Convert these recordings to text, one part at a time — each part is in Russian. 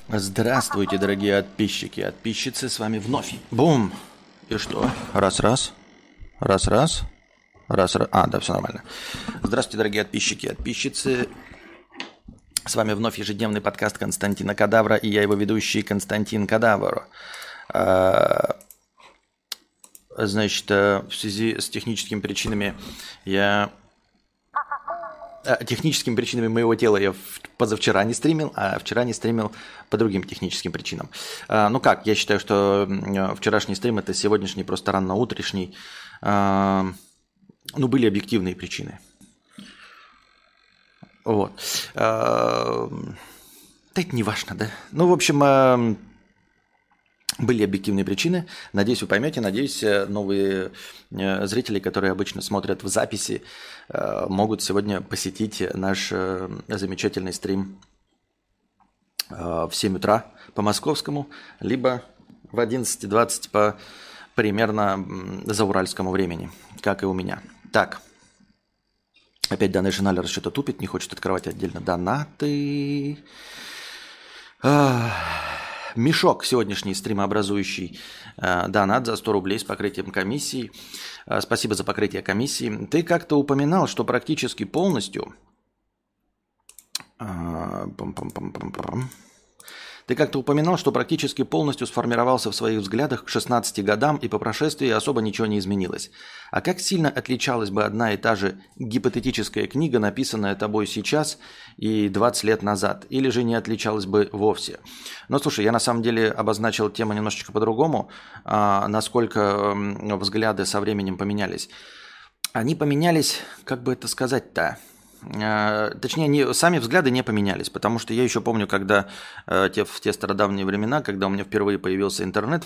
Здравствуйте, дорогие подписчики, подписчицы, с вами вновь. Бум! И что? Раз-раз. Раз-раз. Раз-раз. Да, все нормально. Здравствуйте, дорогие подписчики, подписчицы. С вами вновь ежедневный подкаст Константина Кадавра, и я его ведущий Константин Кадавр. Значит, в связи с техническими причинами техническими причинами моего тела я позавчера не стримил, а вчера не стримил по другим техническим причинам. Ну как, я считаю, что вчерашний стрим – это сегодняшний просто рано-утрешний. Ну, были объективные причины. Вот. Да это не важно, да? Ну, в общем, были объективные причины. Надеюсь, вы поймете. Надеюсь, новые зрители, которые обычно смотрят в записи, могут сегодня посетить наш замечательный стрим в 7 утра по московскому, либо в 11:20 по примерно зауральскому времени, как и у меня. Так. Опять Donation Alert что-то тупит, не хочет открывать отдельно донаты. Мешок сегодняшний стримообразующий донат за 100 рублей с покрытием комиссии. Спасибо за покрытие комиссии. Ты как-то упоминал, что практически полностью... Ты как-то упоминал, что практически полностью сформировался в своих взглядах к 16 годам, и по прошествии особо ничего не изменилось. А как сильно отличалась бы одна и та же гипотетическая книга, написанная тобой сейчас и 20 лет назад? Или же не отличалась бы вовсе? Ну, слушай, я на самом деле обозначил тему немножечко по-другому, насколько взгляды со временем поменялись. Они поменялись, как бы это сказать-то... Точнее, сами взгляды не поменялись, потому что я еще помню, когда в те стародавние времена, когда у меня впервые появился интернет в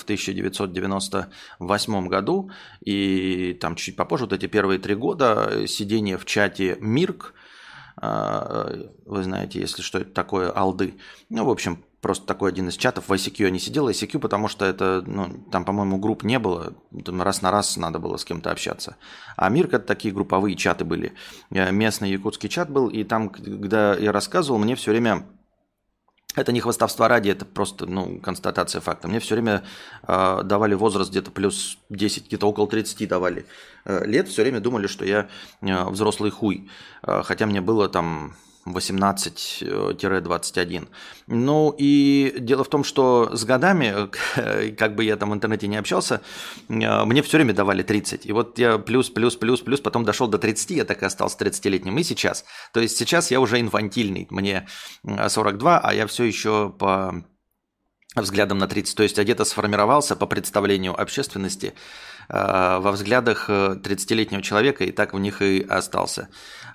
1998 году, и там чуть попозже, вот эти первые 3 года, сидение в чате Мирк, вы знаете, если что это такое, алды, ну, в общем, просто такой один из чатов, в ICQ я не сидел, ICQ, потому что это, там, по-моему, групп не было, там раз на раз надо было с кем-то общаться. А Мирк – это такие групповые чаты были. Местный якутский чат был, и там, когда я рассказывал, мне все время, это не хвастовство ради, это просто, констатация факта, мне все время давали возраст где-то плюс 10, где-то около 30 давали лет, все время думали, что я взрослый хуй, хотя мне было там... 18-21. Ну и дело в том, что с годами, как бы я там в интернете не общался, мне все время давали 30. И вот я плюс, потом дошел до 30, я так и остался 30-летним. И сейчас. То есть сейчас я уже инфантильный. Мне 42, а я все еще по взглядам на 30. То есть я где-то сформировался по представлению общественности во взглядах 30-летнего человека и так в них и остался.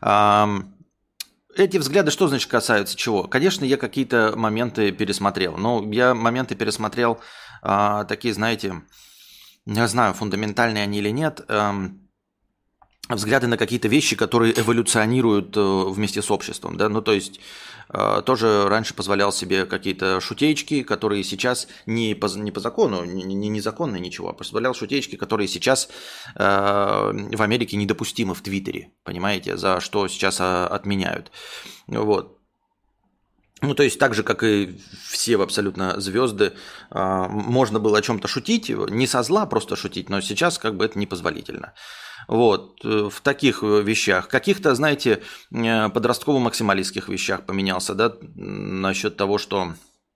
Эти взгляды что значит касаются чего? Конечно, я какие-то моменты пересмотрел. Но я моменты пересмотрел такие, знаете, не знаю, фундаментальные они или нет, взгляды на какие-то вещи, которые эволюционируют вместе с обществом. Да? Ну, то есть, тоже раньше позволял себе какие-то шутеечки, которые сейчас не по закону, не незаконно ничего, а позволял шутеечки, которые сейчас в Америке недопустимы в Твиттере, понимаете, за что сейчас отменяют. Вот. Ну, то есть, так же, как и все абсолютно звезды, можно было о чем-то шутить, не со зла просто шутить, но сейчас как бы это непозволительно. Вот, в таких вещах. Каких-то, знаете, подростково-максималистских вещах поменялся, да, насчет того, что,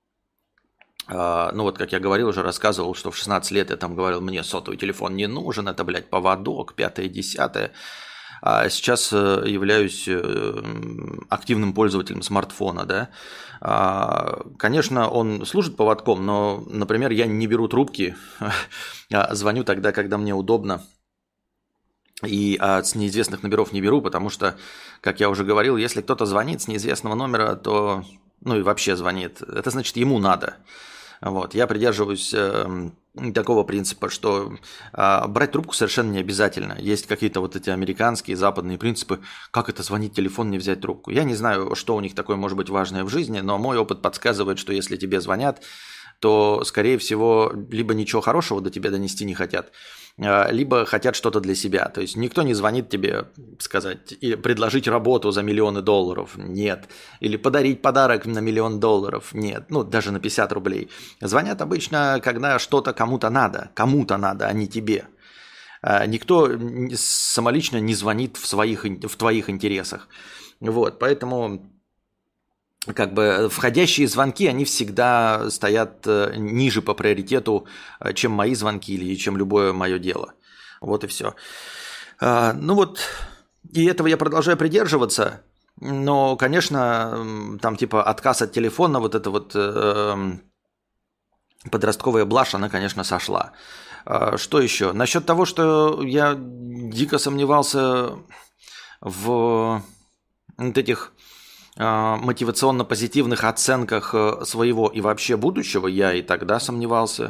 вот как я говорил, уже рассказывал, что в 16 лет я там говорил, мне сотовый телефон не нужен, это, блядь, поводок, 5-10. А сейчас являюсь активным пользователем смартфона, да. Конечно, он служит поводком, но, например, я не беру трубки, звоню тогда, когда мне удобно. И с неизвестных номеров не беру, потому что, как я уже говорил, если кто-то звонит с неизвестного номера, то, и вообще звонит, это значит, ему надо. Вот. Я придерживаюсь такого принципа, что брать трубку совершенно не обязательно. Есть какие-то вот эти американские, западные принципы, как это звонить в телефон, не взять трубку. Я не знаю, что у них такое может быть важное в жизни, но мой опыт подсказывает, что если тебе звонят, то, скорее всего, либо ничего хорошего до тебя донести не хотят, либо хотят что-то для себя. То есть никто не звонит тебе сказать или предложить работу за миллионы долларов. Нет. Или подарить подарок на $1 000 000. Нет. Ну, даже на 50 рублей. Звонят обычно, когда что-то кому-то надо, а не тебе. Никто самолично не звонит в твоих интересах. Вот, поэтому как бы входящие звонки, они всегда стоят ниже по приоритету, чем мои звонки или чем любое мое дело. Вот и все. Ну вот, и этого я продолжаю придерживаться. Но, конечно, там типа отказ от телефона, вот эта вот подростковая блажь, она, конечно, сошла. Что еще? Насчет того, что я дико сомневался в вот этих мотивационно-позитивных оценках своего и вообще будущего, я и тогда сомневался.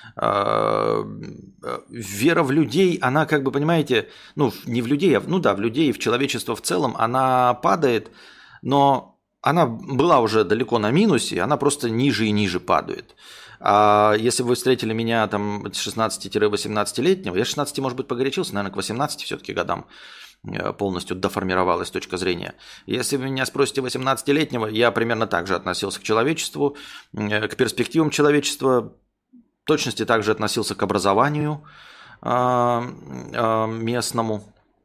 Вера в людей, она как бы, понимаете, ну не в людей, а ну да, в людей, в человечество в целом, она падает, но она была уже далеко на минусе, она просто ниже и ниже падает. А если бы вы встретили меня там 16-18-летнего, я 16, может быть, погорячился, наверное, к 18 все-таки годам полностью доформировалась точка зрения. Если вы меня спросите 18-летнего, я примерно так же относился к человечеству, к перспективам человечества, в точности также относился к образованию местному.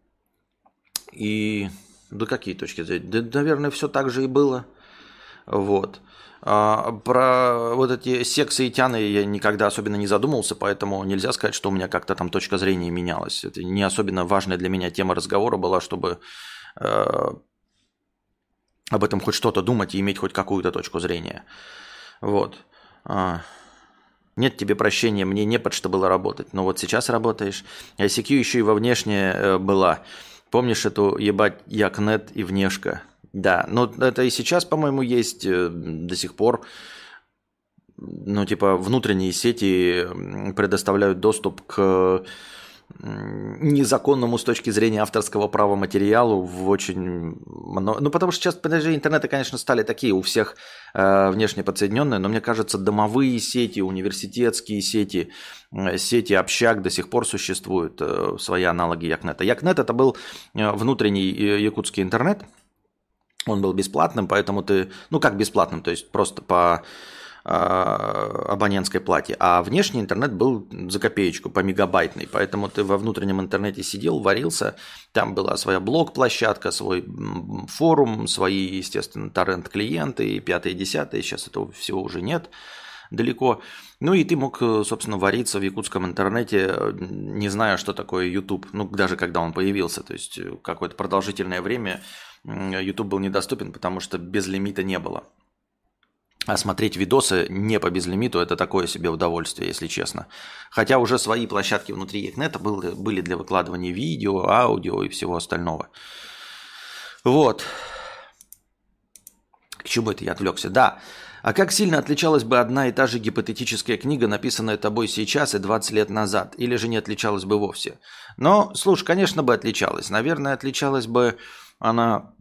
И до какие точки зрения? Да, наверное, все так же и было. Вот. Про вот эти сексы и тяны я никогда особенно не задумывался, поэтому нельзя сказать, что у меня как-то там точка зрения менялась. Это не особенно важная для меня тема разговора была, чтобы об этом хоть что-то думать и иметь хоть какую-то точку зрения. Вот. Нет тебе прощения, мне не под что было работать. Но вот сейчас работаешь. ICQ еще и во внешнее была. Помнишь эту ебать Якнет и внешка? Да, но это и сейчас, по-моему, есть до сих пор. Ну, типа, внутренние сети предоставляют доступ к незаконному с точки зрения авторского права материалу в очень... Ну, потому что сейчас, подожди, интернеты, конечно, стали такие у всех внешне подсоединенные, но мне кажется, домовые сети, университетские сети, сети общак до сих пор существуют, свои аналоги Якнета. Якнет – это был внутренний якутский интернет. Он был бесплатным, поэтому ты... Ну, как бесплатным, то есть просто по абонентской плате. А внешний интернет был за копеечку, по мегабайтной. Поэтому ты во внутреннем интернете сидел, варился. Там была своя блог-площадка, свой форум, свои, естественно, торрент-клиенты и 5-10. Сейчас этого всего уже нет далеко. Ну и ты мог, собственно, вариться в якутском интернете, не зная, что такое YouTube. Ну, даже когда он появился. То есть какое-то продолжительное время YouTube был недоступен, потому что безлимита не было. А смотреть видосы не по безлимиту – это такое себе удовольствие, если честно. Хотя уже свои площадки внутри Якнета были для выкладывания видео, аудио и всего остального. Вот. К чему это я отвлекся? Да. А как сильно отличалась бы одна и та же гипотетическая книга, написанная тобой сейчас и 20 лет назад? Или же не отличалась бы вовсе? Но, слушай, конечно бы отличалась. Наверное, отличалась бы она...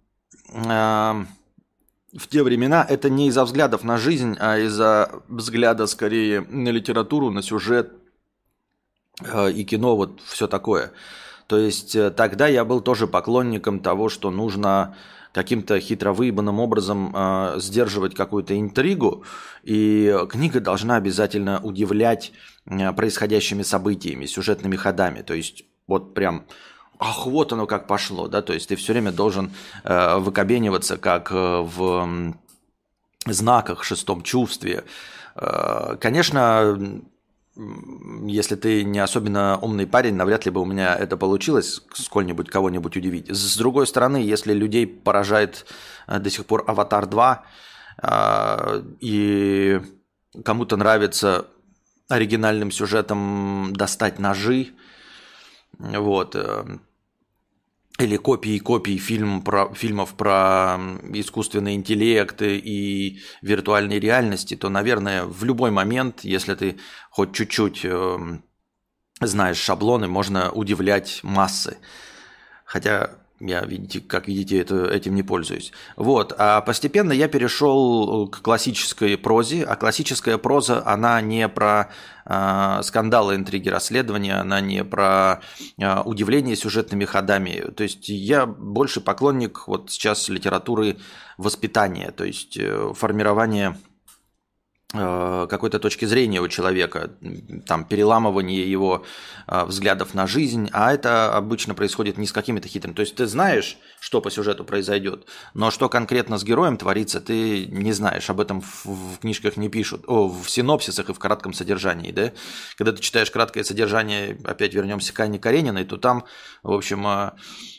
В те времена это не из-за взглядов на жизнь, а из-за взгляда скорее на литературу, на сюжет и кино, вот все такое. То есть тогда я был тоже поклонником того, что нужно каким-то хитро выебанным образом сдерживать какую-то интригу, и книга должна обязательно удивлять происходящими событиями, сюжетными ходами. То есть вот прям... Ах, вот оно как пошло, да, то есть ты все время должен выкобениваться, как в знаках, шестом чувстве. Конечно, если ты не особенно умный парень, навряд ли бы у меня это получилось, сколь-нибудь кого-нибудь удивить. С другой стороны, если людей поражает до сих пор «Аватар 2», и кому-то нравится оригинальным сюжетом достать ножи, вот, или копии фильмов про искусственный интеллект и виртуальные реальности, то, наверное, в любой момент, если ты хоть чуть-чуть знаешь шаблоны, можно удивлять массы. Хотя Я, видите, как видите, этим не пользуюсь. Вот. А постепенно я перешел к классической прозе. А классическая проза, она не про скандалы, интриги, расследования, она не про удивление сюжетными ходами. То есть я больше поклонник вот сейчас литературы воспитания, то есть формирования какой-то точки зрения у человека, там, переламывание его взглядов на жизнь, а это обычно происходит не с какими-то хитрыми. То есть ты знаешь, что по сюжету произойдет, но что конкретно с героем творится, ты не знаешь, об этом в книжках не пишут, в синопсисах и в кратком содержании, да? Когда ты читаешь краткое содержание, опять вернемся к Анне Карениной, то там, в общем,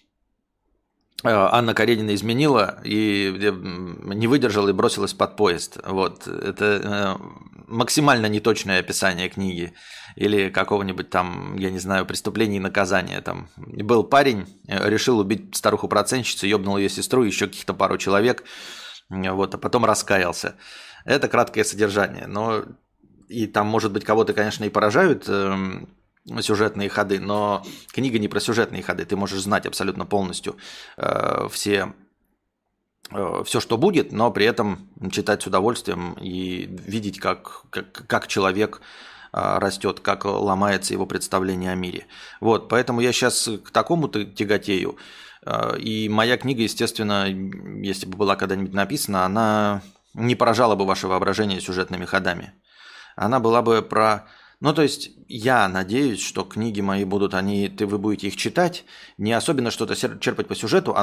Анна Каренина изменила и не выдержала и бросилась под поезд. Вот. Это максимально неточное описание книги или какого-нибудь там, я не знаю, преступления и наказания. Там был парень, решил убить старуху-процентщицу, ёбнул ее сестру, еще каких-то пару человек, вот, а потом раскаялся. Это краткое содержание. Но и там, может быть, кого-то, конечно, и поражают сюжетные ходы, но книга не про сюжетные ходы. Ты можешь знать абсолютно полностью все, что будет, но при этом читать с удовольствием и видеть, как человек растет, как ломается его представление о мире. Вот, поэтому я сейчас к такому-то тяготею. И моя книга, естественно, если бы была когда-нибудь написана, она не поражала бы ваше воображение сюжетными ходами. Она была бы про... Ну, то есть, я надеюсь, что книги мои будут, вы будете их читать, не особенно что-то черпать по сюжету,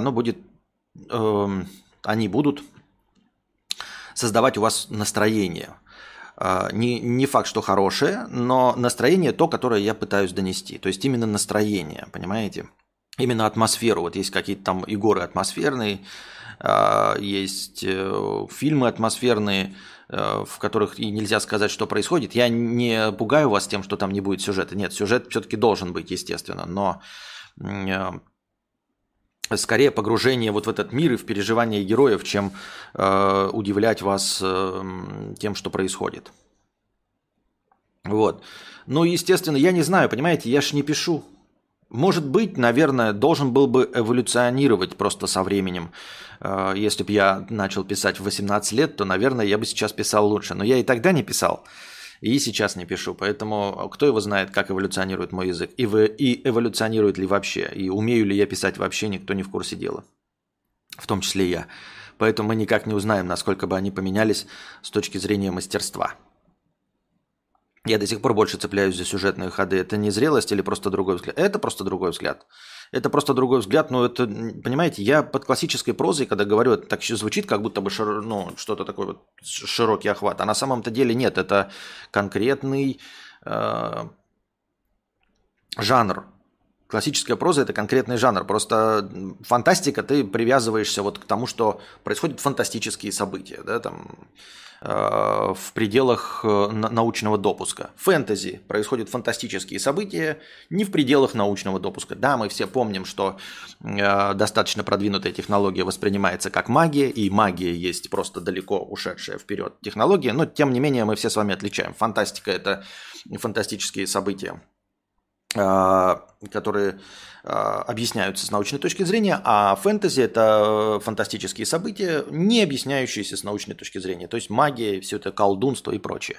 они будут создавать у вас настроение. Не факт, что хорошее, но настроение то, которое я пытаюсь донести. То есть, именно настроение, понимаете? Именно атмосферу. Вот есть какие-то там и горы атмосферные, есть фильмы атмосферные, в которых и нельзя сказать, что происходит. Я не пугаю вас тем, что там не будет сюжета. Нет, сюжет все-таки должен быть, естественно, но скорее погружение вот в этот мир и в переживания героев, чем удивлять вас тем, что происходит. Вот. Ну, естественно, я не знаю, понимаете, я ж не пишу. Может быть, наверное, должен был бы эволюционировать просто со временем. Если бы я начал писать в 18 лет, то, наверное, я бы сейчас писал лучше. Но я и тогда не писал, и сейчас не пишу. Поэтому кто его знает, как эволюционирует мой язык, и эволюционирует ли вообще, и умею ли я писать вообще, никто не в курсе дела. В том числе я. Поэтому мы никак не узнаем, насколько бы они поменялись с точки зрения мастерства. Я до сих пор больше цепляюсь за сюжетные ходы. Это не зрелость или просто другой взгляд? Это просто другой взгляд. Это просто другой взгляд, но это, понимаете, я под классической прозой, когда говорю, это так звучит, как будто бы что-то такое вот широкий охват. А на самом-то деле нет, это конкретный жанр. Классическая проза – это конкретный жанр. Просто фантастика, ты привязываешься вот к тому, что происходят фантастические события, да, там, в пределах научного допуска. Фэнтези происходят фантастические события не в пределах научного допуска. Да, мы все помним, что достаточно продвинутая технология воспринимается как магия, и магия есть просто далеко ушедшая вперед технология, но тем не менее мы все с вами отличаем. Фантастика – это фантастические события, которые объясняются с научной точки зрения, а фэнтези – это фантастические события, не объясняющиеся с научной точки зрения. То есть магия, все это колдунство и прочее.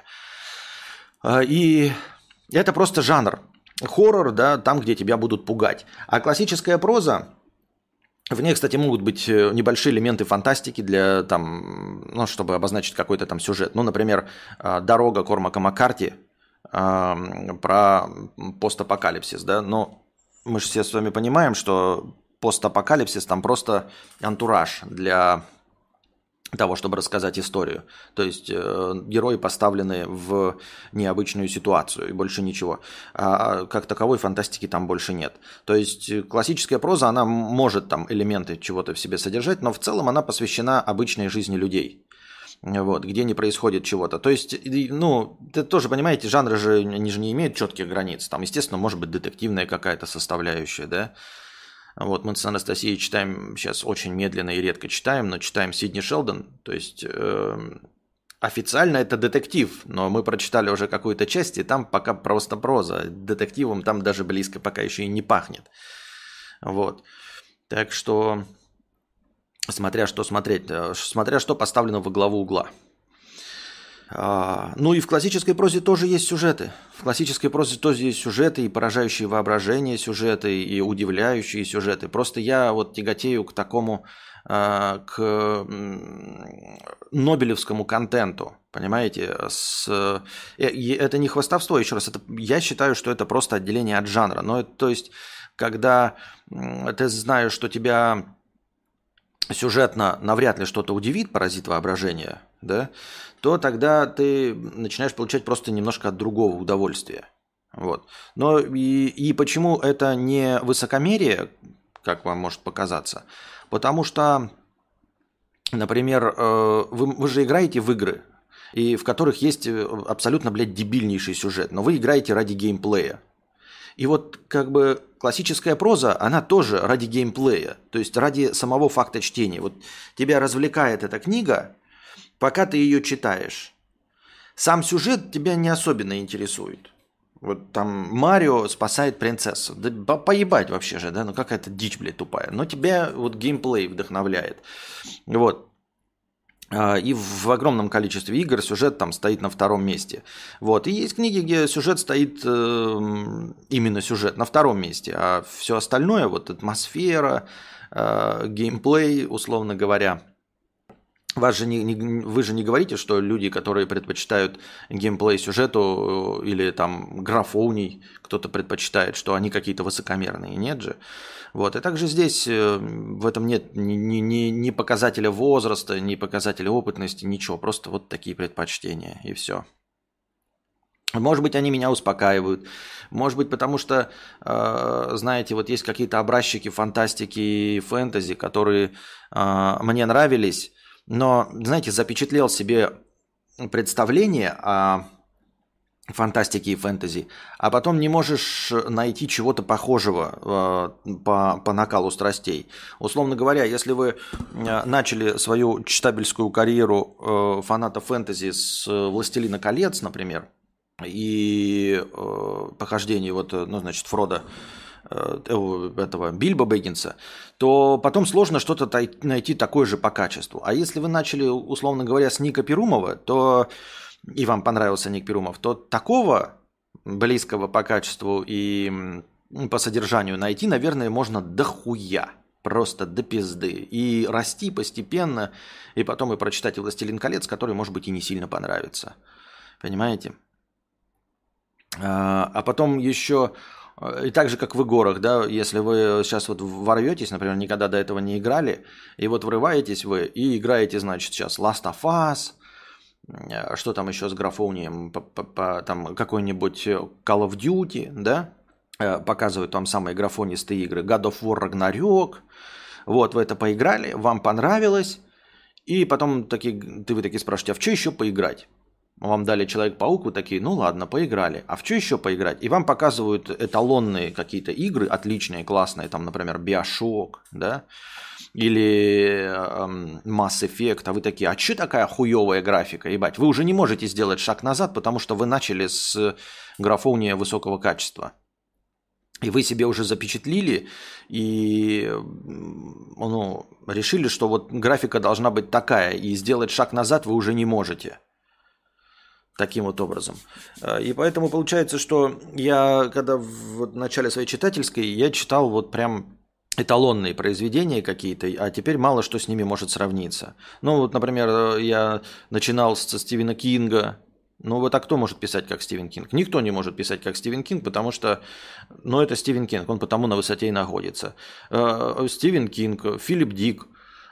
И это просто жанр. Хоррор, да, там, где тебя будут пугать. А классическая проза, в ней, кстати, могут быть небольшие элементы фантастики для, там, ну, чтобы обозначить какой-то там сюжет. Ну, например, «Дорога» Кормака Маккарти про постапокалипсис, да, но мы же все с вами понимаем, что постапокалипсис там просто антураж для того, чтобы рассказать историю. То есть герои поставлены в необычную ситуацию и больше ничего. А как таковой фантастики там больше нет. То есть классическая проза, она может там элементы чего-то в себе содержать, но в целом она посвящена обычной жизни людей. Вот, где не происходит чего-то. То есть, ну, ты тоже понимаете, жанры же, они же не имеют четких границ. Там, естественно, может быть детективная какая-то составляющая, да. Вот, мы с Анастасией читаем сейчас очень медленно и редко читаем, но читаем Сидни Шелдон. То есть, официально это детектив, но мы прочитали уже какую-то часть, и там пока просто проза. Детективом там даже близко пока еще и не пахнет. Вот. Так что, смотря что смотреть, смотря что поставлено во главу угла. Ну и в классической прозе тоже есть сюжеты. В классической прозе тоже есть сюжеты, и поражающие воображение сюжеты, и удивляющие сюжеты. Просто я вот тяготею к такому, к нобелевскому контенту, понимаете? Это не хвастовство, еще раз. Я считаю, что это просто отделение от жанра. Но то есть, когда ты знаешь, что тебя сюжетно навряд ли что-то удивит, поразит воображение, да, то тогда ты начинаешь получать просто немножко от другого удовольствия. Вот. Но и почему это не высокомерие, как вам может показаться? Потому что, например, вы же играете в игры, и в которых есть абсолютно, блядь, дебильнейший сюжет, но вы играете ради геймплея. И вот как бы классическая проза, она тоже ради геймплея, то есть ради самого факта чтения. Вот тебя развлекает эта книга, пока ты ее читаешь. Сам сюжет тебя не особенно интересует. Вот там Марио спасает принцессу. Да поебать вообще же, да? Ну какая-то дичь, блядь, тупая. Но тебя вот геймплей вдохновляет. Вот. И в огромном количестве игр сюжет там стоит на втором месте. Вот. И есть книги, где сюжет стоит, именно сюжет на втором месте, а все остальное, вот атмосфера, геймплей, условно говоря. Вы же не говорите, что люди, которые предпочитают геймплей сюжету или там графоний, кто-то предпочитает, что они какие-то высокомерные. Нет же. Вот. И также здесь в этом нет ни показателя возраста, ни показателя опытности, ничего. Просто вот такие предпочтения, и все. Может быть, они меня успокаивают. Может быть, потому что, знаете, вот есть какие-то образчики фантастики и фэнтези, которые мне нравились, но, знаете, запечатлел себе представление о фантастики и фэнтези, а потом не можешь найти чего-то похожего по накалу страстей. Условно говоря, если вы начали свою читабельскую карьеру фаната фэнтези с «Властелина колец», например, и похождений вот, ну, значит, Фрода, этого Бильбо Бэггинса, то потом сложно что-то найти такое же по качеству. А если вы начали, условно говоря, с Ника Перумова, то и вам понравился Ник Перумов, то такого близкого по качеству и по содержанию найти, наверное, можно дохуя. Просто до пизды. И расти постепенно, и потом и прочитать и «Властелин колец», который, может быть, и не сильно понравится. Понимаете? А потом еще, и так же, как в играх, да, если вы сейчас вот ворветесь, например, никогда до этого не играли, и вот врываетесь вы и играете, значит, сейчас Last of Us, что там еще с графонием, там какой-нибудь Call of Duty, да, показывают там самые графонистые игры, God of War Ragnarok, вот, вы это поиграли, вам понравилось, и потом вы такие спрашиваете, а в что еще поиграть? Вам дали Человек-паук, вы такие, ну ладно, поиграли. А в что еще поиграть? И вам показывают эталонные какие-то игры, отличные, классные, там, например, Bioshock, да, или Mass Effect, а вы такие, а что такая хуевая графика, ебать? Вы уже не можете сделать шаг назад, потому что вы начали с графония высокого качества. И вы себе уже запечатлили и решили, что вот графика должна быть такая, и сделать шаг назад вы уже не можете. Таким вот образом. И поэтому получается, что я, когда в начале своей читательской, я читал вот прям эталонные произведения какие-то, а теперь мало что с ними может сравниться. Ну вот, например, я начинал со Стивена Кинга. Ну вот, а кто может писать как Стивен Кинг? Никто не может писать как Стивен Кинг, потому что, ну это Стивен Кинг, он потому на высоте и находится. Стивен Кинг, Филипп Дик,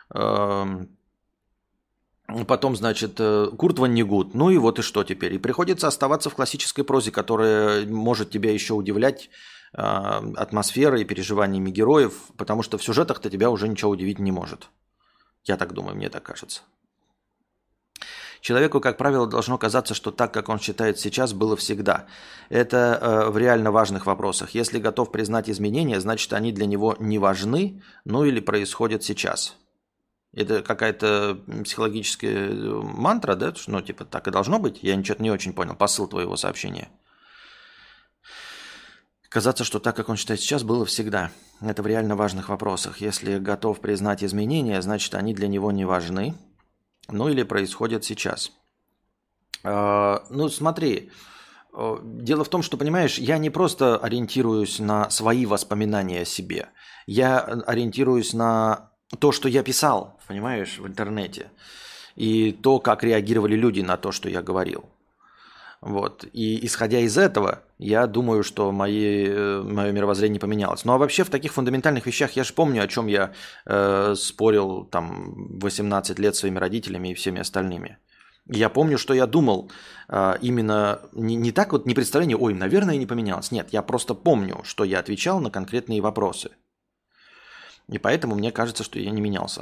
потом, значит, Курт Воннегут. Ну и вот и что теперь? И приходится оставаться в классической прозе, которая может тебя еще удивлять атмосферой и переживаниями героев, потому что в сюжетах-то тебя уже ничего удивить не может. Я так думаю, мне так кажется. Человеку, как правило, должно казаться, что так, как он считает сейчас, было всегда. Это в реально важных вопросах. Если готов признать изменения, значит, они для него не важны, ну или происходят сейчас. Это какая-то психологическая мантра, да? Ну, типа, так и должно быть? Я ничего не очень понял. Посыл твоего сообщения. Казаться, что так, как он считает сейчас, было всегда. Это в реально важных вопросах. Если готов признать изменения, значит, они для него не важны. Ну или происходят сейчас. Ну, смотри. Дело в том, что, понимаешь, я не просто ориентируюсь на свои воспоминания о себе. Я ориентируюсь на то, что я писал, понимаешь, в интернете. И то, как реагировали люди на то, что я говорил. Вот. И исходя из этого, я думаю, что мое мировоззрение не поменялось. Ну а вообще в таких фундаментальных вещах я же помню, о чем я спорил там 18 лет своими родителями и всеми остальными. Я помню, что я думал именно не так вот, не представление, ой, наверное, не поменялось. Нет, я просто помню, что я отвечал на конкретные вопросы. И поэтому мне кажется, что я не менялся.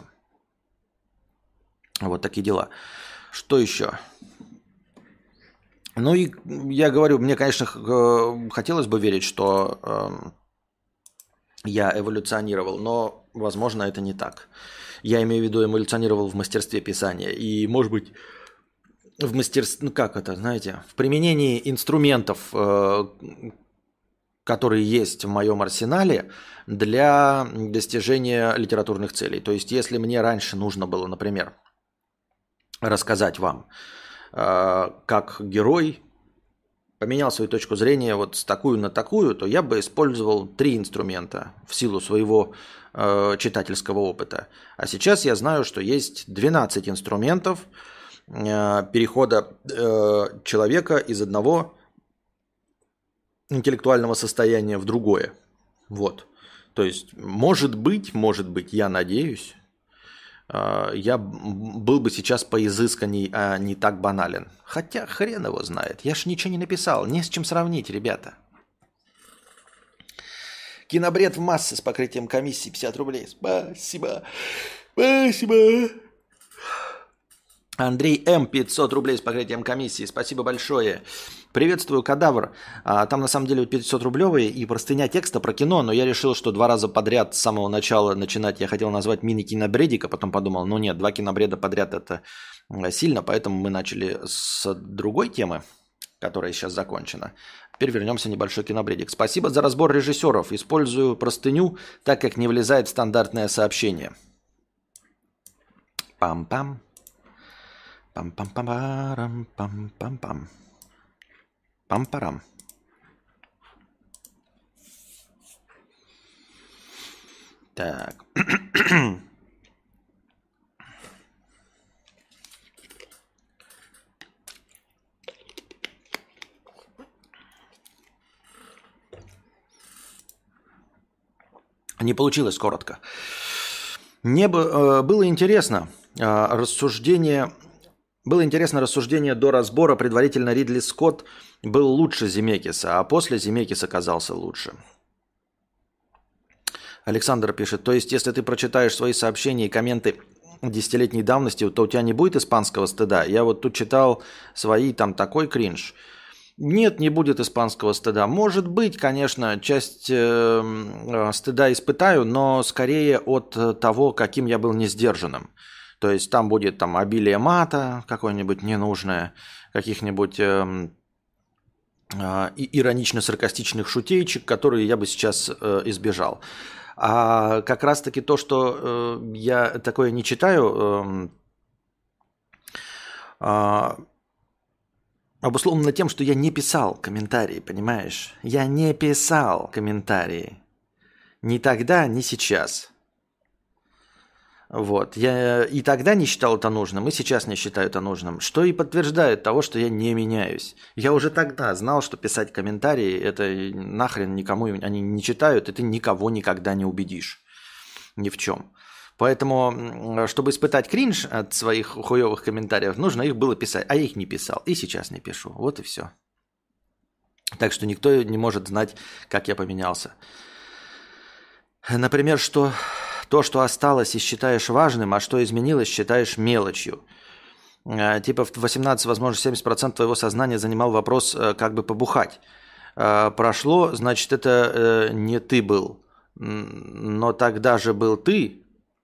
Вот такие дела. Что еще? Ну и я говорю, мне, конечно, хотелось бы верить, что я эволюционировал, но, возможно, это не так. Я имею в виду, эволюционировал в мастерстве писания. И, может быть, в мастерстве, ну как это, знаете, в применении инструментов, которые есть в моем арсенале для достижения литературных целей. То есть, если мне раньше нужно было, например, рассказать вам, как герой поменял свою точку зрения вот с такую на такую, то я бы использовал 3 инструмента в силу своего читательского опыта. А сейчас я знаю, что есть 12 инструментов перехода человека из одного интеллектуального состояния в другое. Вот. То есть, может быть, я надеюсь, я был бы сейчас поизысканней, а не так банален. Хотя хрен его знает. Я ж ничего не написал. Не с чем сравнить, ребята. Кинобред в массы с покрытием комиссии 50 рублей. Спасибо. Спасибо. Андрей М. 500 рублей с покрытием комиссии. Спасибо большое. Приветствую, кадавр. Там на самом деле 500-рублевые и простыня текста про кино, но я решил, что 2 раза подряд с самого начала начинать я хотел назвать мини-кинобредик, а потом подумал, ну нет, 2 кинобреда подряд это сильно, поэтому мы начали с другой темы, которая сейчас закончена. Теперь вернемся в небольшой кинобредик. Спасибо за разбор режиссеров. Использую простыню, так как не влезает в стандартное сообщение. Пам-пам. Пам-пам-пам-пам-пам-пам. Пам-парам. Так. Не получилось коротко. Мне было интересно рассуждение... Было интересно рассуждение до разбора. Предварительно Ридли Скотт был лучше Земекиса, а после Земекис оказался лучше. Александр пишет, то есть, если ты прочитаешь свои сообщения и комменты 10-летней давности, то у тебя не будет испанского стыда? Я вот тут читал свои, там такой кринж. Нет, не будет испанского стыда. Может быть, конечно, часть стыда испытаю, но скорее от того, каким я был несдержанным. То есть там будет там обилие мата какое-нибудь ненужное, каких-нибудь иронично-саркастичных шутеечек, которые я бы сейчас избежал. А как раз-таки то, что я такое не читаю, обусловлено тем, что я не писал комментарии, понимаешь? Я не писал комментарии. Ни тогда, ни сейчас. Вот. Я и тогда не считал это нужным, и сейчас не считаю это нужным. Что и подтверждает того, что я не меняюсь. Я уже тогда знал, что писать комментарии, это нахрен никому они не читают, и ты никого никогда не убедишь. Ни в чем. Поэтому, чтобы испытать кринж от своих хуевых комментариев, нужно их было писать. А я их не писал, и сейчас не пишу. Вот и все. Так что никто не может знать, как я поменялся. Например, что... То, что осталось и считаешь важным, а что изменилось, считаешь мелочью. Типа в 18, возможно, 70% твоего сознания занимал вопрос, как бы побухать. Прошло, значит, это не ты был. Но тогда же был ты.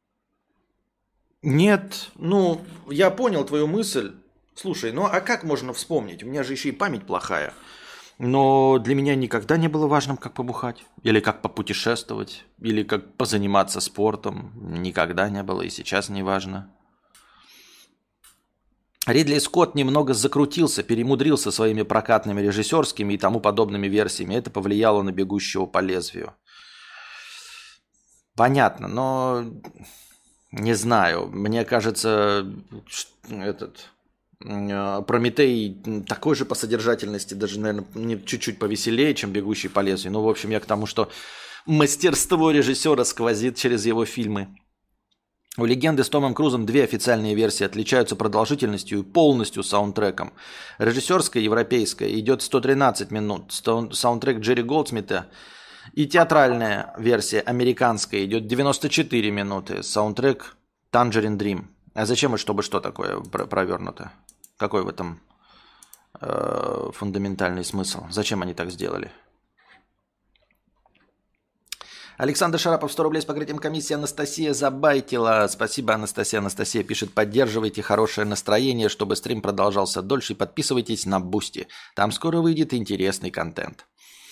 Нет, ну, я понял твою мысль. Слушай, ну а как можно вспомнить? У меня же еще и память плохая. Но для меня никогда не было важным, как побухать, или как попутешествовать, или как позаниматься спортом. Никогда не было и сейчас не важно. Ридли Скотт немного закрутился, перемудрился своими прокатными режиссерскими и тому подобными версиями. Это повлияло на «Бегущего по лезвию». Понятно, но не знаю. Мне кажется, Прометей такой же по содержательности, даже, наверное, чуть-чуть повеселее, чем «Бегущий по лезвию». Ну, в общем, я к тому, что мастерство режиссера сквозит через его фильмы. У «Легенды» с Томом Крузом две официальные версии отличаются продолжительностью и полностью саундтреком. Режиссерская, европейская, идет 113 минут, саундтрек Джерри Голдсмита, и театральная версия, американская, идет 94 минуты, саундтрек Tangerine Dream. А зачем и чтобы что такое провернуто? Какой в этом фундаментальный смысл? Зачем они так сделали? Александр Шарапов, 100 рублей с покрытием комиссии. Анастасия забайтила. Спасибо, Анастасия. Анастасия пишет: поддерживайте хорошее настроение, чтобы стрим продолжался дольше. И подписывайтесь на Бусти. Там скоро выйдет интересный контент.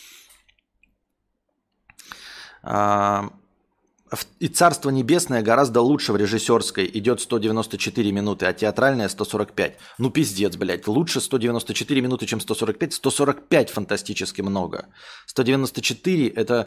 И «Царство небесное» гораздо лучше в режиссерской. Идет 194 минуты, а театральная 145. Ну пиздец, блядь. Лучше 194 минуты, чем 145. 145 фантастически много. 194 это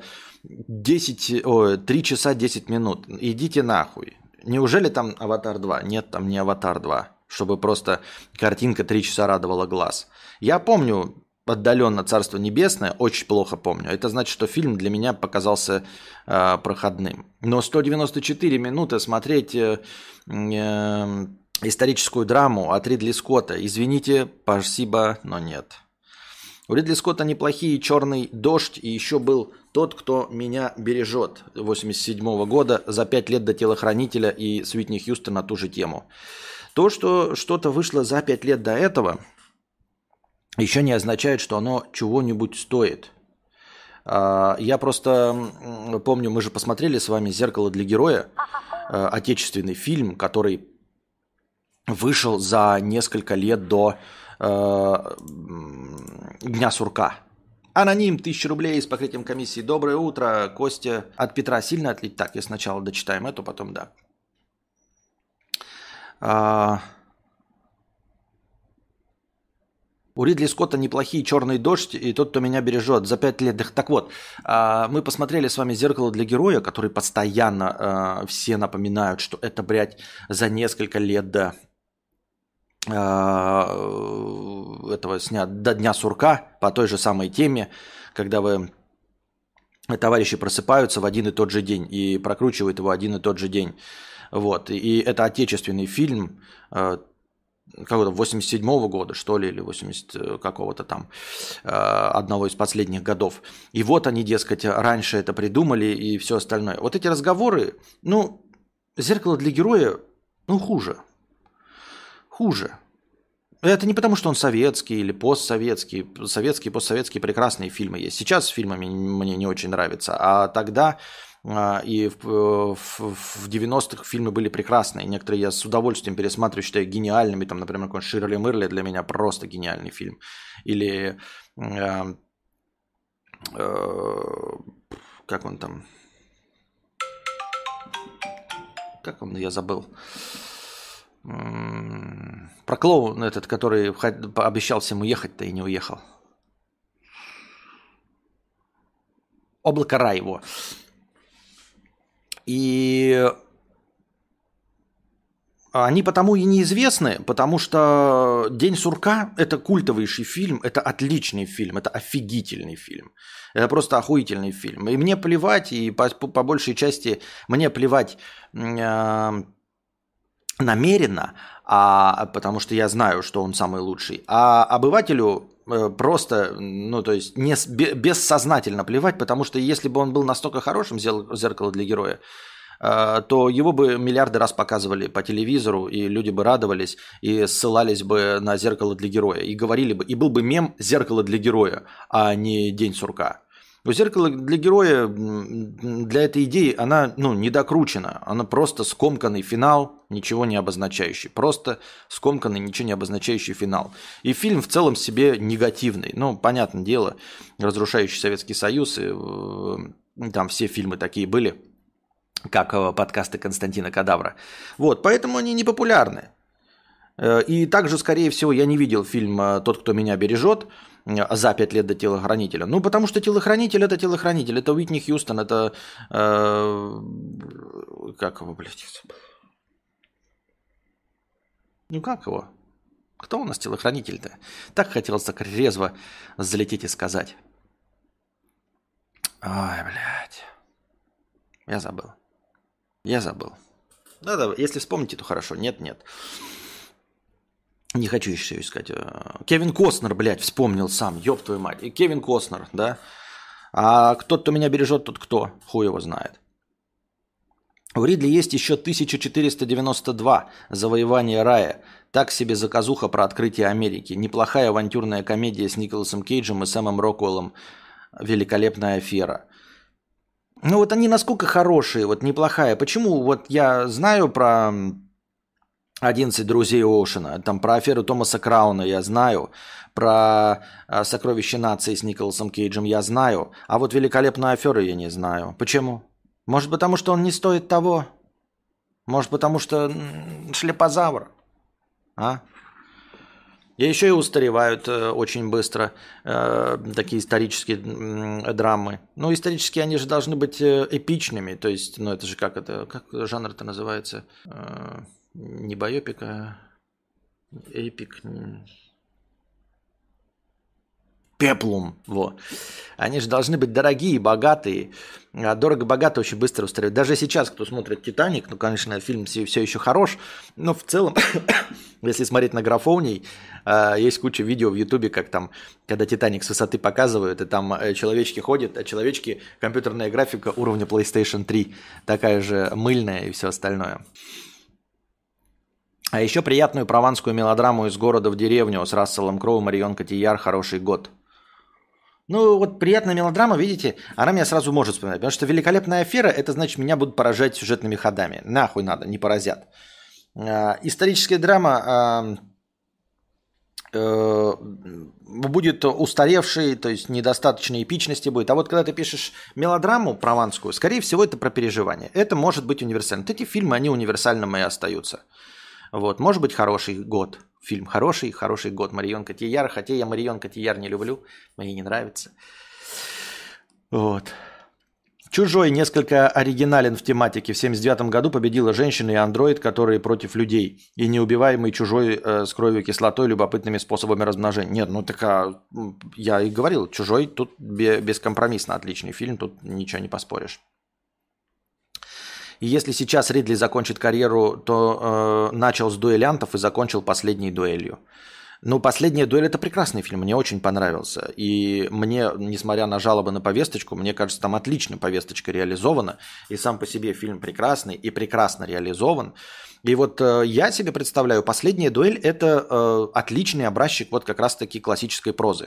3 часа 10 минут. Идите нахуй. Неужели там «Аватар 2»? Нет, там не «Аватар 2». Чтобы просто картинка 3 часа радовала глаз. Я помню отдаленно «Царство небесное», очень плохо помню. Это значит, что фильм для меня показался проходным. Но 194 минуты смотреть историческую драму от Ридли Скотта, извините, спасибо, но нет. У Ридли Скотта неплохие «Черный дождь», и еще был «Тот, кто меня бережет» 1987 года, за 5 лет до «Телохранителя» и с Уитни Хьюстон на ту же тему. То, что что-то вышло за 5 лет до этого, еще не означает, что оно чего-нибудь стоит. Я просто помню, мы же посмотрели с вами «Зеркало для героя», отечественный фильм, который вышел за несколько лет до Дня сурка. Аноним, 1000 рублей с покрытием комиссии. Доброе утро, Костя. От Петра сильно отлить? Так, я сначала дочитаем эту, потом да. У Ридли Скотта неплохие «Черный дождь» и «Тот, кто меня бережет» за 5 лет. Так вот, мы посмотрели с вами «Зеркало для героя», который постоянно все напоминают, что это, блядь, за несколько лет до этого снят, до Дня сурка, по той же самой теме, когда товарищи просыпаются в один и тот же день и прокручивают его один и тот же день. Вот. И это отечественный фильм, какого-то 87-го года, что ли, или 80 какого-то там, одного из последних годов. И вот они, дескать, раньше это придумали и все остальное. Вот эти разговоры, ну, «Зеркало для героя», ну, хуже. Хуже. Это не потому, что он советский или постсоветский. Советские, постсоветские прекрасные фильмы есть. Сейчас с фильмами мне не очень нравится, а тогда и в 90-х фильмы были прекрасные. Некоторые я с удовольствием пересматриваю, считаю гениальными. Там, например, какой-нибудь «Ширли Мырли» для меня просто гениальный фильм. Или как он там? Как он, я забыл. Про клоуна этот, который обещал всем уехать-то и не уехал. «Облако рая» его. И они потому и неизвестны, потому что «День сурка» – это культовейший фильм, это отличный фильм, это офигительный фильм. Это просто охуительный фильм. И мне плевать, и по большей части мне плевать намеренно, потому что я знаю, что он самый лучший. А обывателю просто, ну то есть бессознательно плевать, потому что если бы он был настолько хорошим, «Зеркало для героя», то его бы миллиарды раз показывали по телевизору, и люди бы радовались, и ссылались бы на «Зеркало для героя», и говорили бы, и был бы мем «Зеркало для героя», а не «День сурка». Но «Зеркало» для героя, для этой идеи, она не докручена. Она просто скомканный финал, ничего не обозначающий. Просто скомканный, ничего не обозначающий финал. И фильм в целом себе негативный. Ну, понятное дело, разрушающий Советский Союз, и, там все фильмы такие были, как подкасты Константина Кадавра. Вот, поэтому они не популярны. И также, скорее всего, я не видел фильм «Тот, кто меня бережет» за 5 лет до «Телохранителя». Ну, потому что «Телохранитель» – это «Телохранитель». Это Уитни Хьюстон, это… как его, блядь? Ну, как его? Кто у нас «Телохранитель»-то? Так хотелось так резво залететь и сказать. Ой, блядь. Я забыл. Да, если вспомните, то хорошо. Нет. Не хочу еще искать. Кевин Костнер, блядь, вспомнил сам. Ёб твою мать. И Кевин Костнер, да? А кто меня бережет, тот кто? Хуй его знает. У Ридли есть еще 1492 «Завоевание рая». Так себе заказуха про открытие Америки. Неплохая авантюрная комедия с Николасом Кейджем и Сэмом Роквеллом. Великолепная афера. Ну вот они насколько хорошие, вот неплохая. Почему вот я знаю про 11 друзей Оушена, там про аферу Томаса Крауна я знаю, про «Сокровище нации» с Николасом Кейджем я знаю, а вот «Великолепную аферу» я не знаю. Почему? Может, потому что он не стоит того? Может, потому что шлепозавр? А? И еще и устаревают очень быстро такие исторические драмы. Ну, исторические они же должны быть эпичными. То есть, ну, это же как жанр-то называется? Не байопик, а эпик. Пеплум. Во. Они же должны быть дорогие, богатые. А дорого-богато очень быстро устаревают. Даже сейчас, кто смотрит «Титаник», ну, конечно, фильм все еще хорош, но в целом, если смотреть на графоний, есть куча видео в Ютубе, как там, когда «Титаник» с высоты показывают, и там человечки ходят, а человечки компьютерная графика уровня PlayStation 3, такая же мыльная и все остальное. А еще приятную прованскую мелодраму «Из города в деревню» с Расселом Кроу, Марион Котийяр «Хороший год». Ну, вот приятная мелодрама, видите, она меня сразу может вспоминать. Потому что «Великолепная афера» – это значит, меня будут поражать сюжетными ходами. Нахуй надо, не поразят. Историческая драма будет устаревшей, то есть недостаточной эпичности будет. А вот когда ты пишешь мелодраму прованскую, скорее всего, это про переживание. Это может быть универсально. Вот эти фильмы, они универсальными и остаются. Вот, может быть, хороший год. Фильм хороший год. Марион Котийяр. Хотя я Марион Котийяр не люблю. Мне не нравится. Вот. «Чужой» несколько оригинален в тематике. В 1979 году победила женщина и андроид, которые против людей. И неубиваемый чужой с кровью и кислотой, любопытными способами размножения. Нет, ну так я и говорил. «Чужой» тут бескомпромиссно отличный фильм. Тут ничего не поспоришь. И если сейчас Ридли закончит карьеру, то начал с «Дуэлянтов» и закончил «Последней дуэлью». Ну, «Последняя дуэль» – это прекрасный фильм, мне очень понравился. И мне, несмотря на жалобы на повесточку, мне кажется, там отлично повесточка реализована. И сам по себе фильм прекрасный и прекрасно реализован. И вот я себе представляю, «Последняя дуэль» – это отличный образчик вот как раз-таки классической прозы.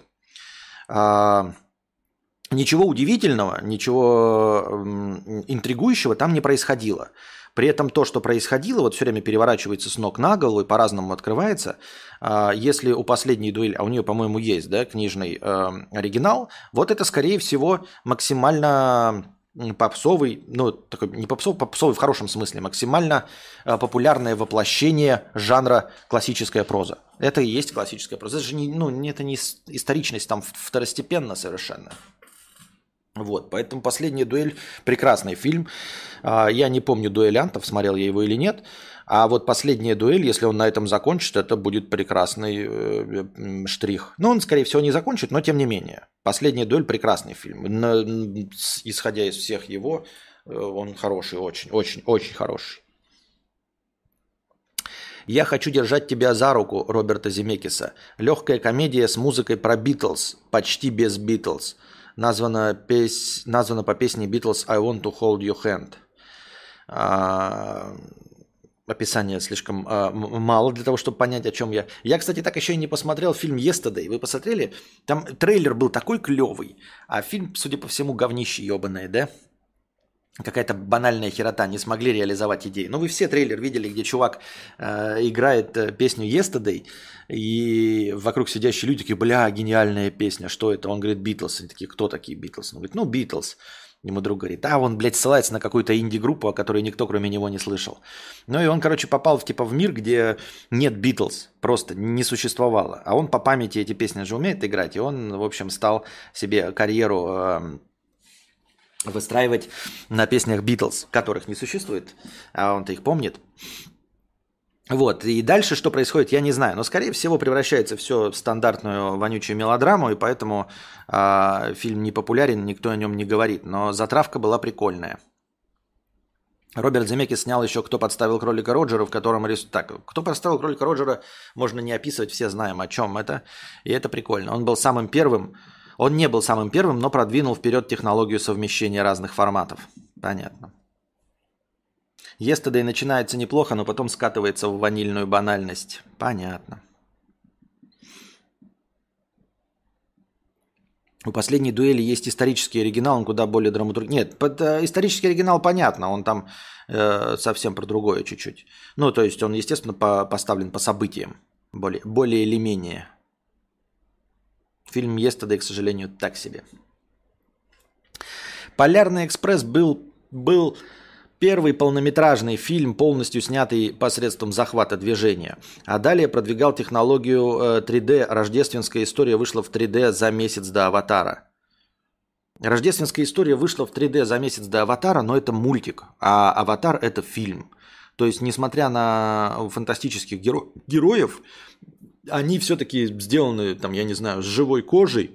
Ничего удивительного, ничего интригующего там не происходило. При этом то, что происходило, вот все время переворачивается с ног на голову и по-разному открывается. Если у «Последней дуэли», а у нее, по-моему, есть, да, книжный оригинал, вот это, скорее всего, максимально попсовый, ну, такой не попсовый, попсовый в хорошем смысле, максимально популярное воплощение жанра классическая проза. Это и есть классическая проза. Это же это не историчность, там второстепенно совершенно. Вот, поэтому «Последняя дуэль» – прекрасный фильм. Я не помню «Дуэлянтов», смотрел я его или нет. А вот «Последняя дуэль», если он на этом закончит, это будет прекрасный штрих. Ну, он, скорее всего, не закончит, но тем не менее. «Последняя дуэль» – прекрасный фильм. Исходя из всех его, он хороший, очень, очень, очень хороший. «Я хочу держать тебя за руку» Роберта Земекиса. Легкая комедия с музыкой про Битлз, почти без Битлз. Названа по песне Beatles «I want to hold your hand». описания слишком мало для того, чтобы понять, о чем я. Я, кстати, так еще и не посмотрел фильм «Yesterday». Вы посмотрели? Там трейлер был такой клевый, а фильм, судя по всему, говнище ебаное, да? Какая-то банальная херота, не смогли реализовать идею. Ну, вы все трейлер видели, где чувак играет песню «Yesterday», и вокруг сидящие люди такие, бля, гениальная песня, что это? Он говорит, «Битлз». Они такие, кто такие «Битлз»? Он говорит, ну, «Битлз». Ему друг говорит, он, блядь, ссылается на какую-то инди-группу, о которой никто, кроме него, не слышал. Ну, и он, короче, попал в мир, где нет «Битлз», просто не существовало. А он по памяти эти песни же умеет играть, и он, в общем, стал себе карьеру выстраивать на песнях «Битлз», которых не существует, а он-то их помнит. Вот, и дальше что происходит, я не знаю, но, скорее всего, превращается все в стандартную вонючую мелодраму, и поэтому фильм не популярен, никто о нем не говорит, но затравка была прикольная. Роберт Земекис снял еще «Кто подставил кролика Роджера», в котором Так, «Кто подставил кролика Роджера» можно не описывать, все знаем, о чем это, и это прикольно. Он был самым первым. Он не был самым первым, но продвинул вперед технологию совмещения разных форматов. Понятно. «Yesterday» начинается неплохо, но потом скатывается в ванильную банальность. Понятно. У «Последней дуэли» есть исторический оригинал, он куда более драматургичный. Нет, исторический оригинал понятно, он там совсем про другое чуть-чуть. Ну, то есть он, естественно, поставлен по событиям, более или менее. Фильм «Yesterday», к сожалению, так себе. «Полярный экспресс» был первый полнометражный фильм, полностью снятый посредством захвата движения. А далее продвигал технологию 3D. Рождественская история вышла в 3D за месяц до «Аватара». Рождественская история вышла в 3D за месяц до «Аватара», но это мультик, а «Аватар» – это фильм. То есть, несмотря на фантастических героев, они все-таки сделаны, там, я не знаю, с живой кожей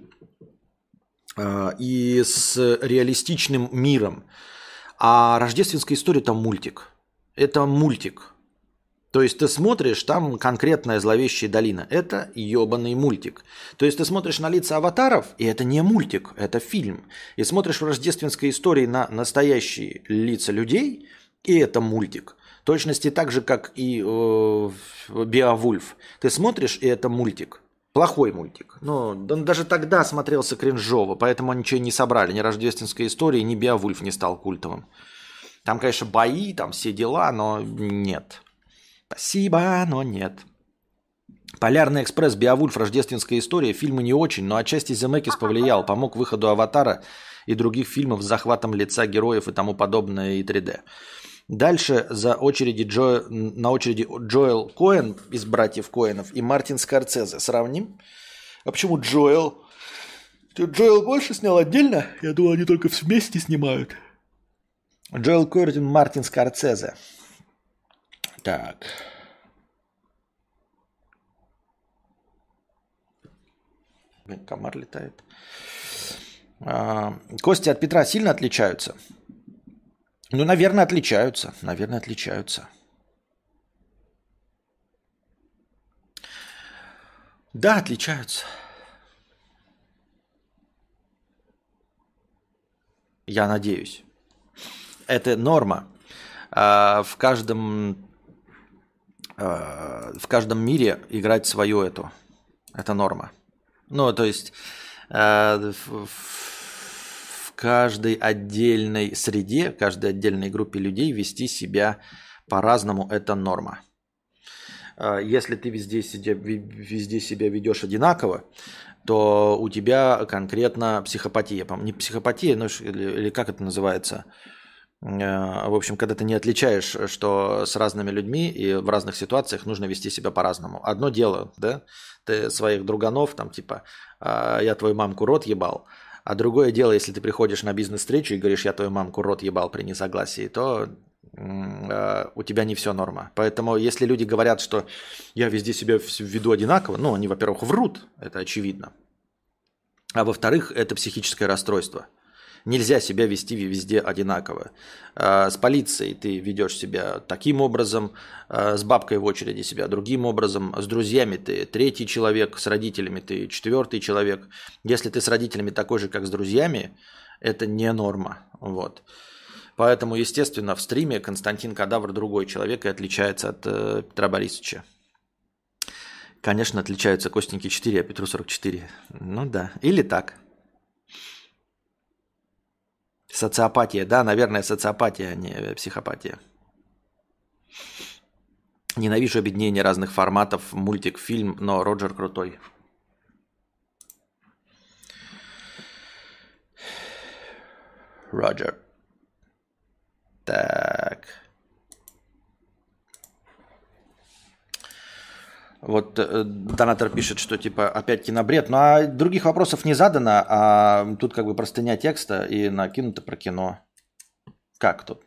и с реалистичным миром. А рождественская история – это мультик. Это мультик. То есть ты смотришь, там конкретная зловещая долина. Это ебаный мультик. То есть ты смотришь на лица аватаров, и это не мультик, это фильм. И смотришь в рождественской истории на настоящие лица людей, и это мультик. В точности так же, как и «Беовульф». Ты смотришь, и это мультик. Плохой мультик. Но он даже тогда смотрелся кринжово, поэтому они ничего не собрали. Ни рождественской истории, ни «Беовульф» не стал культовым. Там, конечно, бои, там все дела, но нет. Спасибо, но нет. «Полярный экспресс», «Беовульф», рождественская история. Фильмы не очень, но отчасти Земекис повлиял. Помог выходу «Аватара» и других фильмов с захватом лица героев и тому подобное и 3D. Дальше на очереди Джоэл Коэн из «Братьев Коэнов» и Мартин Скорсезе. Сравним? А почему Джоэл? Джоэл больше снял отдельно? Я думал, они только вместе снимают. Джоэл Коэн, Мартин Скорсезе. Так. Комар летает. Кости от Петра сильно отличаются? Ну, наверное, отличаются. Наверное, отличаются. Да, отличаются. Я надеюсь. Это норма. В каждом мире играть свою эту. Это норма. Ну, то есть в каждой отдельной среде, в каждой отдельной группе людей вести себя по-разному – это норма. Если ты везде себя ведешь одинаково, то у тебя конкретно психопатия. Не психопатия, но или как это называется? В общем, когда ты не отличаешь, что с разными людьми и в разных ситуациях нужно вести себя по-разному. Одно дело, да, ты своих друганов, там типа, я твою мамку рот ебал, а другое дело, если ты приходишь на бизнес-встречу и говоришь, я твою мамку рот ебал при несогласии, то у тебя не все норма. Поэтому если люди говорят, что я везде себя веду одинаково, ну, они, во-первых, врут, это очевидно, а во-вторых, это психическое расстройство. Нельзя себя вести везде одинаково. С полицией ты ведешь себя таким образом, с бабкой в очереди себя другим образом, с друзьями ты третий человек, с родителями ты четвертый человек. Если ты с родителями такой же, как с друзьями, это не норма. Вот. Поэтому, естественно, в стриме Константин Кадавр другой человек и отличается от Петра Борисовича. Конечно, отличаются Костеньки 4, а Петру 44. Ну да, или так. Социопатия, да, наверное, социопатия, а не психопатия. Ненавижу объединение разных форматов, мультик, фильм, но Роджер крутой. Роджер. Так. Вот донатор пишет, что типа опять кинобред. Ну а других вопросов не задано, а тут как бы простыня текста и накинуто про кино. Как тут?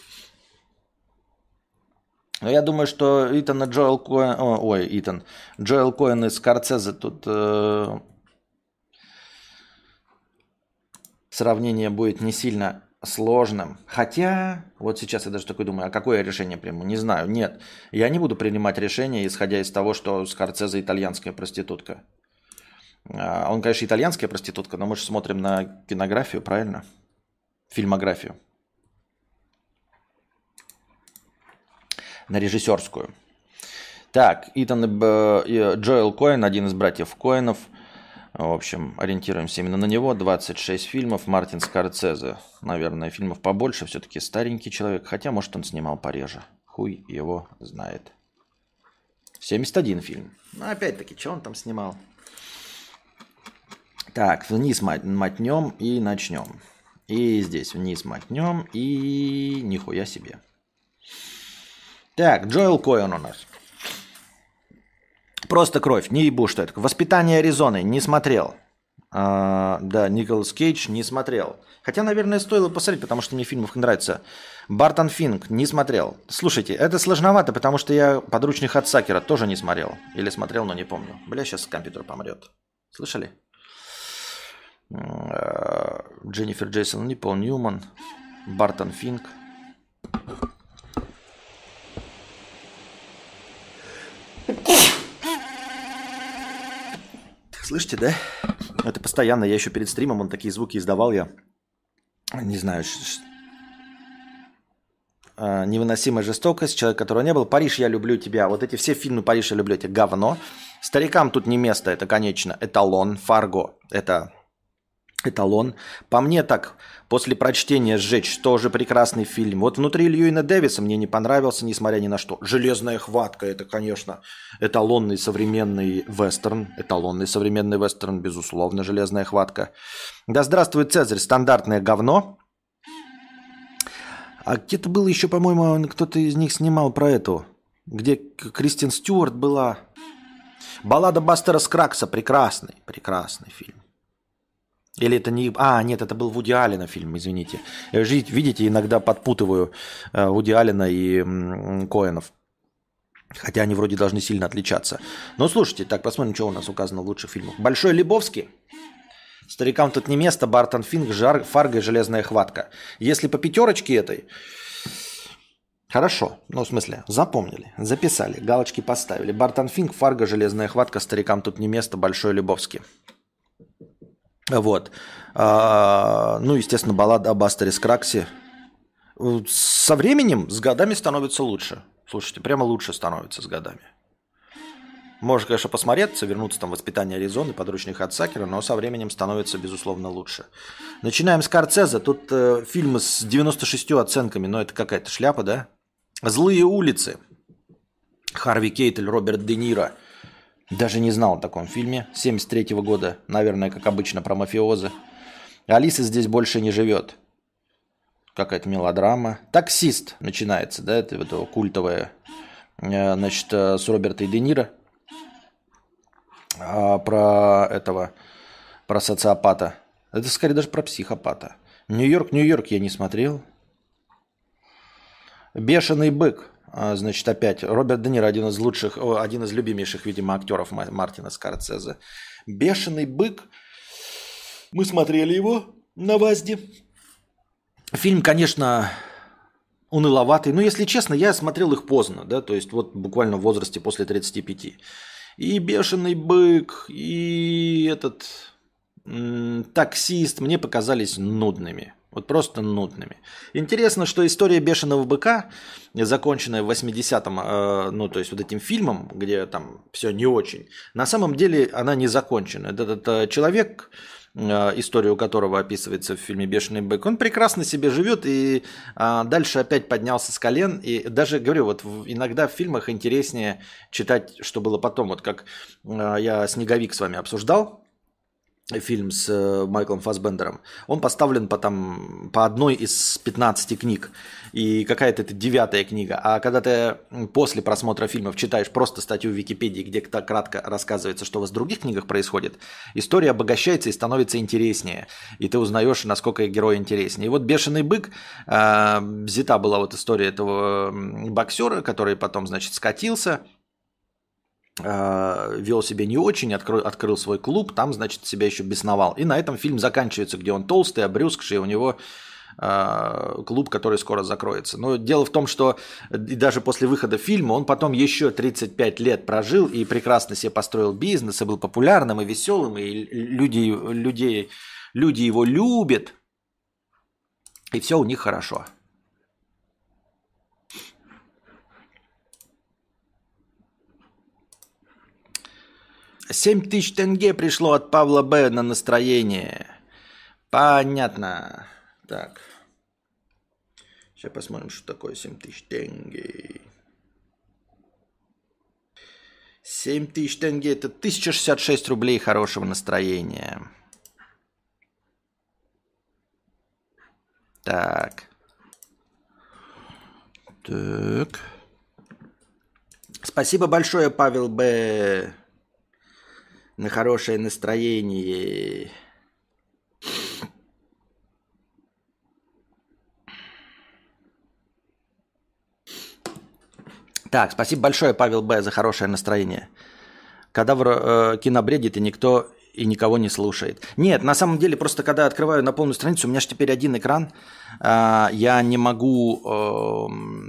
Ну, я думаю, что Джоэл Коэн и Скорсезе тут сравнение будет не сильно сложным. Хотя, вот сейчас я даже такой думаю, а какое я решение приму? Не знаю. Нет, я не буду принимать решение, исходя из того, что Скорсезе итальянская проститутка. Он, конечно, итальянская проститутка, но мы же смотрим на кинографию, правильно? Фильмографию. На режиссерскую. Так, Джоэл Коэн, один из братьев Коэнов. В общем, ориентируемся именно на него. 26 фильмов. Мартин Скорсезе. Наверное, фильмов побольше. Все-таки старенький человек. Хотя, может, он снимал пореже. Хуй его знает. 71 фильм. Ну, опять-таки, что он там снимал? Так, вниз мотнем и начнем. И здесь вниз мотнем и нихуя себе. Так, Джоэл Коэн у нас. Просто кровь, не ебу, что это. «Воспитание Аризоны» не смотрел. Да, Николас Кейдж не смотрел. Хотя, наверное, стоило посмотреть, потому что мне фильмов нравится. Бартон Финк не смотрел. Слушайте, это сложновато, потому что я «Подручный Хадсакера» тоже не смотрел. Или смотрел, но не помню. Бля, сейчас компьютер помрет. Слышали? Дженнифер Джейсон, не Пол Ньюман. Бартон Финк. Слышите, да? Это постоянно. Я еще перед стримом он такие звуки издавал. Я не знаю. «Невыносимая жестокость», «Человек, которого не был», «Париж, я люблю тебя». Вот эти все фильмы «Париж, я люблю тебя» говно. Старикам тут не место. Это, конечно, «Эталон», «Фарго». Это «Эталон». По мне так, после прочтения «Сжечь» тоже прекрасный фильм. Вот «Внутри Льюина Дэвиса» мне не понравился, несмотря ни на что. «Железная хватка» – это, конечно, эталонный современный вестерн. Эталонный современный вестерн, безусловно, «Железная хватка». «Да здравствует Цезарь» – стандартное говно. А где-то было еще, по-моему, кто-то из них снимал про эту, где Кристен Стюарт была. «Баллада Бастера Скраггса» – прекрасный фильм. Или это не... нет, это был Вуди Аллена фильм, извините. Видите, иногда подпутываю Вуди Аллена и Коэнов. Хотя они вроде должны сильно отличаться. Но слушайте, так, посмотрим, что у нас указано в лучших фильмах. «Большой Лебовский». «Старикам тут не место», Бартон Финк, «Фарго» и «Железная хватка». Если по пятерочке этой... Хорошо. Ну, в смысле, запомнили, записали, галочки поставили. Бартон Финк, «Фарго», «Железная хватка», «Старикам тут не место», «Большой Лебовский». Вот. Ну, естественно, баллада о Бастере Скраггсе. Со временем, с годами становится лучше. Слушайте, прямо лучше становится с годами. Можно, конечно, посмотреться, вернуться там в «Воспитание Аризоны», «Подручный Хадсакера», но со временем становится, безусловно, лучше. Начинаем с Скорсезе. Тут фильмы с 96 оценками, но это какая-то шляпа, да? «Злые улицы». Харви Кейтель, Роберт Де Ниро. Даже не знал о таком фильме. 73-го года, наверное, как обычно, про мафиозы. «Алиса здесь больше не живет». Какая-то мелодрама. «Таксист» начинается, да, это вот культовая, значит, с Робертом Де Ниро. Про социопата. Это скорее даже про психопата. Нью-Йорк я не смотрел. «Бешеный бык». Значит, опять Роберт Де Ниро, один из любимейших, видимо, актеров Мартина Скорсезе. «Бешеный бык». Мы смотрели его на ВАЗде. Фильм, конечно, уныловатый. Но, если честно, я смотрел их поздно, да, то есть вот буквально в возрасте после 35. И «Бешеный бык», и «Таксист» мне показались нудными. Вот просто нудными. Интересно, что история «Бешеного быка», законченная в 80-м, ну, то есть вот этим фильмом, где там все не очень, на самом деле она не закончена. Этот человек, историю которого описывается в фильме «Бешеный бык», он прекрасно себе живет и дальше опять поднялся с колен. И даже, говорю, вот иногда в фильмах интереснее читать, что было потом. Вот как я «Снеговик» с вами обсуждал, фильм с Майклом Фассбендером, он поставлен по одной из 15 книг. И какая-то это 9-я книга. А когда ты после просмотра фильмов читаешь просто статью в Википедии, где кратко рассказывается, что у вас в других книгах происходит, история обогащается и становится интереснее. И ты узнаешь, насколько герой интереснее. И вот «Бешеный бык», взята была вот история этого боксера, который потом, значит, скатился, вел себя не очень, открыл свой клуб, там, значит, себя еще бесновал. И на этом фильм заканчивается, где он толстый, обрюзгший, у него клуб, который скоро закроется. Но дело в том, что и даже после выхода фильма он потом еще 35 лет прожил и прекрасно себе построил бизнес, и был популярным и веселым, и люди его любят, и все у них хорошо. 7000 тенге пришло от Павла Б. на настроение. Понятно. Так. Сейчас посмотрим, что такое 7000 тенге. 7000 тенге – это 1066 рублей хорошего настроения. Так. Так. Спасибо большое, Павел Б. на хорошее настроение. Так, спасибо большое, Павел Б. за хорошее настроение. Когда кинобредит, и никто и никого не слушает. Нет, на самом деле, просто когда открываю на полную страницу, у меня же теперь один экран, я не могу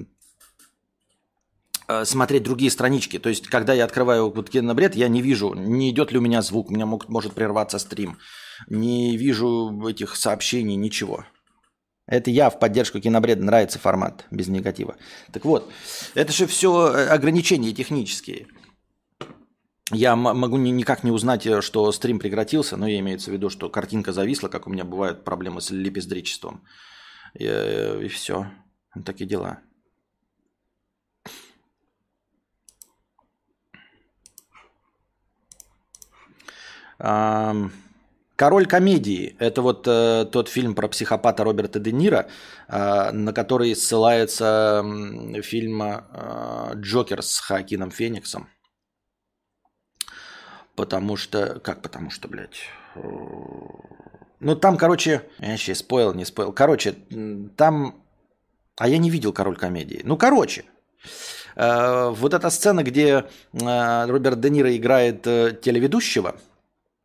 смотреть другие странички. То есть, когда я открываю вот кинобред, я не вижу, не идет ли у меня звук, у меня может прерваться стрим. Не вижу этих сообщений, ничего. Это я в поддержку кинобреда, нравится формат, без негатива. Так вот, это же все ограничения технические. Я могу никак не узнать, что стрим прекратился, но имеется в виду, что картинка зависла, как у меня бывают проблемы с лепездричеством. И все. Такие дела. «Король комедии» – это вот тот фильм про психопата Роберта Де Ниро, на который ссылается фильм «Джокер» с Хоакином Фениксом. Потому что… Как потому что, блядь? Ну, там, короче… Я сейчас спойл, не спойл. Короче, там… А я не видел «Король комедии». Ну, короче… Вот эта сцена, где Роберт Де Ниро играет телеведущего –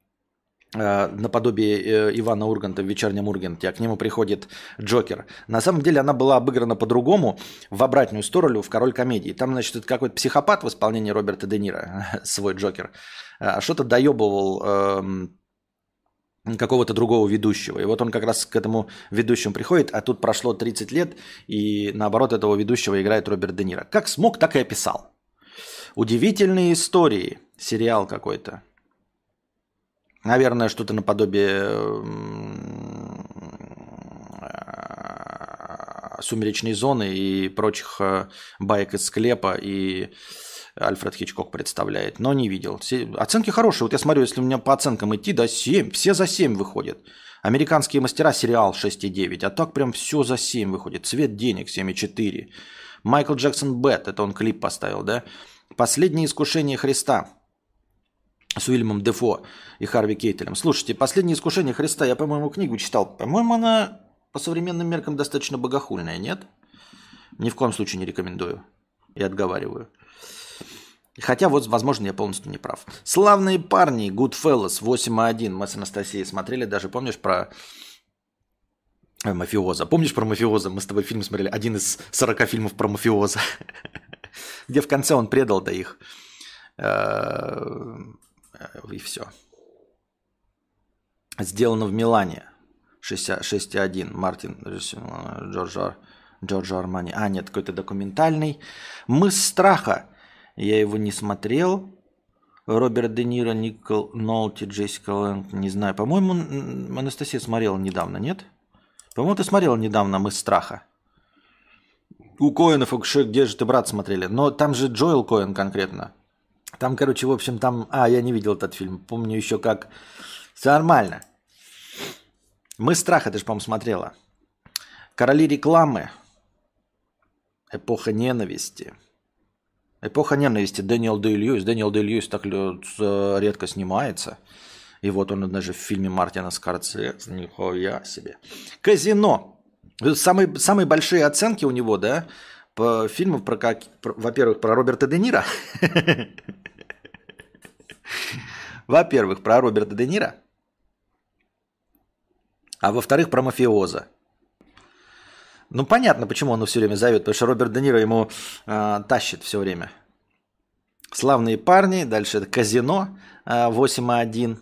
наподобие Ивана Урганта в «Вечернем Урганте», а к нему приходит Джокер. На самом деле она была обыграна по-другому, в обратную сторону, в «Король комедии». Там, значит, это какой-то психопат в исполнении Роберта Де Ниро, свой Джокер, что-то доебывал какого-то другого ведущего. И вот он как раз к этому ведущему приходит, а тут прошло 30 лет, и наоборот этого ведущего играет Роберт Де Ниро. Как смог, так и описал. Удивительные истории. Сериал какой-то. Наверное, что-то наподобие «Сумеречной зоны» и прочих баек из склепа, и Альфред Хичкок представляет, но не видел. Оценки хорошие. Вот я смотрю, если у меня по оценкам идти, да, 7. Все за 7 выходят. «Американские мастера» сериал 6,9, а так прям все за 7 выходит. «Цвет денег» 7,4. Майкл Джексон «Бэт», это он клип поставил, да? «Последнее искушение Христа» с Уильямом Дефо и Харви Кейтелем. Слушайте, «Последнее искушение Христа», я, по-моему, книгу читал. По-моему, она по современным меркам достаточно богохульная, нет? Ни в коем случае не рекомендую. И отговариваю. Хотя вот, возможно, я полностью не прав. «Славные парни», Goodfellas 8,1. Мы с Анастасией смотрели даже, помнишь, про мафиоза? Помнишь про мафиоза? Мы с тобой фильм смотрели. Один из 40 фильмов про мафиоза. Где в конце он предал до их. И все. «Сделано в Милане». 6,1. Мартин, Джорджо Армани. А, нет, какой-то документальный. «Мыс страха». Я его не смотрел. Роберт Де Ниро, Никол Нолти, Джессика Лэнг. Не знаю. По-моему, Анастасия смотрела недавно, нет? По-моему, ты смотрела недавно «Мыс страха». У Коэнов, где же ты, брат, смотрели? Но там же Джоэл Коэн конкретно. Там, короче, в общем, там... я не видел этот фильм. Помню еще как... Все нормально. «Мыс страха», ты же, по-моему, смотрела. «Короли рекламы». «Эпоха ненависти». «Эпоха ненависти» Дэниел Дэй-Льюис. Дэниел Дэй-Льюис так редко снимается. И вот он даже в фильме Мартина Скорсезе. Нихуя себе. «Казино». Самые большие оценки у него, да, по фильму, во-первых, про Роберта Де Ниро. Во-первых, про Роберта Де Ниро. А во-вторых, про мафиоза. Ну, понятно, почему он его все время зовет, потому что Роберт Де Ниро ему тащит все время. «Славные парни», дальше это «Казино», 8,1.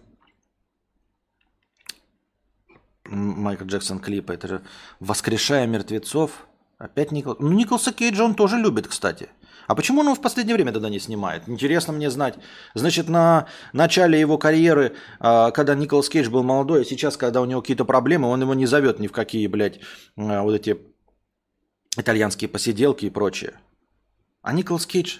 Майкл Джексон клипы, это же «Воскрешая мертвецов». Опять Николас. Ну, Николаса Кейджа он тоже любит, кстати. А почему он его в последнее время тогда не снимает? Интересно мне знать. Значит, на начале его карьеры, когда Николас Кейдж был молодой, а сейчас, когда у него какие-то проблемы, он его не зовет ни в какие, блядь, вот эти итальянские посиделки и прочее. А Николас Кейдж...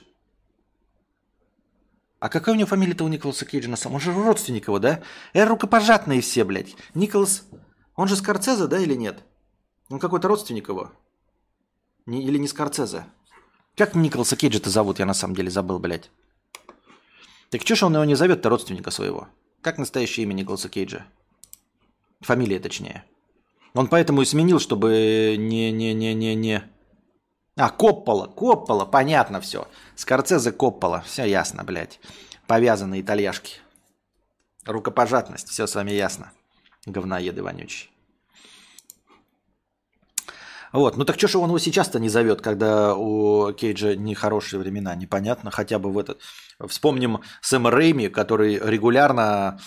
А какая у него фамилия-то у Николаса Кейджа на самом... Он же родственник его, да? Рукопожатные все, блядь. Николас... Он же Скорсезе, да, или нет? Он какой-то родственник его? Или не Скорсезе? Как Николаса Кейджа-то зовут? Я на самом деле забыл, блядь. Так чё ж он его не зовет-то, родственника своего? Как настоящее имя Николаса Кейджа? Фамилия, точнее. Он поэтому и сменил, чтобы не... Коппола, понятно все. Скорсезе, Коппола, все ясно, блядь. Повязанные итальяшки. Рукопожатность, все с вами ясно. Говноеды вонючие. Вот, ну так что же он его сейчас-то не зовет, когда у Кейджа нехорошие времена, непонятно. Хотя бы в этот... Вспомним Сэма Рэйми, который регулярно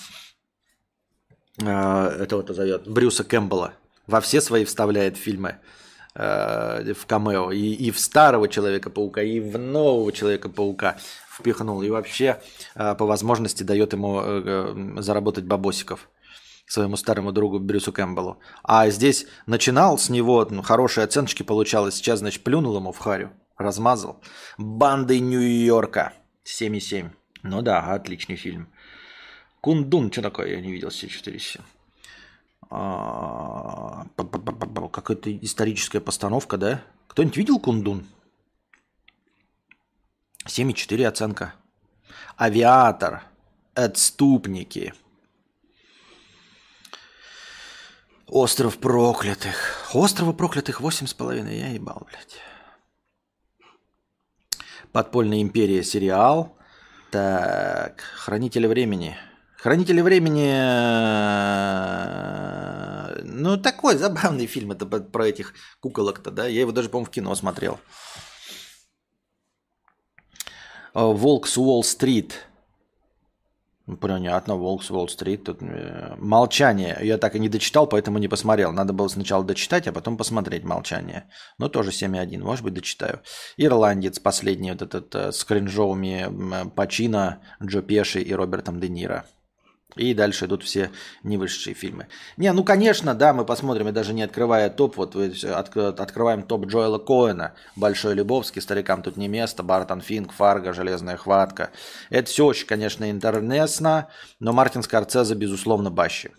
этого-то зовет, Брюса Кэмпбелла. Во все свои вставляет фильмы в камео. И в старого Человека-паука, и в нового Человека-паука впихнул. И вообще по возможности дает ему заработать бабосиков. Своему старому другу Брюсу Кэмпбеллу. А здесь начинал с него, хорошие оценочки получалось, сейчас, значит, плюнул ему в харю, размазал. «Банды Нью-Йорка» 7,7. Ну да, отличный фильм. «Кундун», что такое, я не видел, все 4,7. Какая-то историческая постановка, да? Кто-нибудь видел «Кундун»? 7,4 оценка. «Авиатор», «Отступники», «Остров проклятых». «Острова проклятых» 8,5. Я ебал, блядь. «Подпольная империя» сериал. Так, «Хранители времени». «Хранители времени», ну, такой забавный фильм. Это про этих куколок-то, да? Я его даже, по-моему, в кино смотрел. «Волк с Уолл-стрит». Понятно, «Волк с Уолл-стрит». Тут... «Молчание». Я так и не дочитал, поэтому не посмотрел. Надо было сначала дочитать, а потом посмотреть «Молчание». Но тоже 7,1. Может быть, дочитаю. «Ирландец» последний. Вот этот с кринжовыми Пачино, Джо Пеши и Робертом Де Ниро. И дальше идут все невысшие фильмы. Не, ну, конечно, да, мы посмотрим, и даже не открывая топ, вот открываем топ Джоэла Коэна, «Большой Лебовский», «Старикам тут не место», «Бартон Финк», «Фарго», «Железная хватка». Это все очень, конечно, интернетно, но Мартин Скорсезе, безусловно, баще.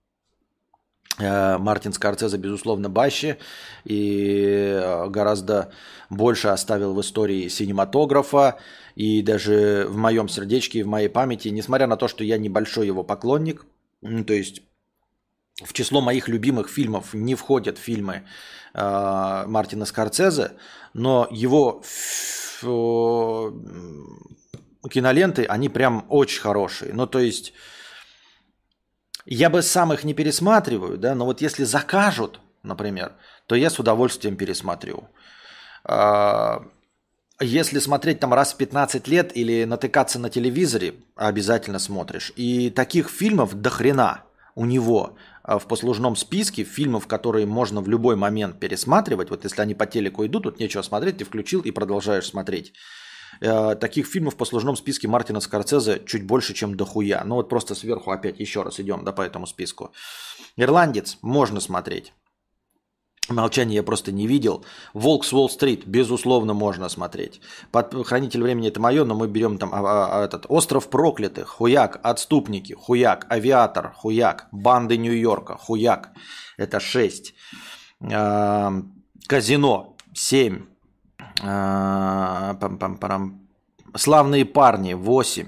Мартин Скорсезе, безусловно, баще и гораздо больше оставил в истории синематографа. И даже в моем сердечке и в моей памяти, несмотря на то, что я небольшой его поклонник, то есть в число моих любимых фильмов не входят фильмы Мартина Скорсезе, но его киноленты, они прям очень хорошие. Ну, то есть я бы сам их не пересматриваю, да, но вот если закажут, например, то я с удовольствием пересмотрю. Если смотреть там раз в 15 лет или натыкаться на телевизоре, обязательно смотришь. И таких фильмов до хрена у него. в послужном списке фильмов, которые можно в любой момент пересматривать. Вот если они по телеку идут, тут нечего смотреть, ты включил и продолжаешь смотреть. Таких фильмов в послужном списке Мартина Скорсезе чуть больше, чем дохуя. Ну вот просто сверху опять еще раз идем, да, по этому списку. «Ирландец» можно смотреть. «Молчание» я просто не видел. «Волк с Уолл-стрит» безусловно можно смотреть. «Хранитель времени» это мое, но мы берем там этот «Остров проклятых», хуяк, «Отступники», хуяк, «Авиатор», хуяк, «Банды Нью-Йорка», хуяк, это 6. «Казино» 7. «Славные парни» 8.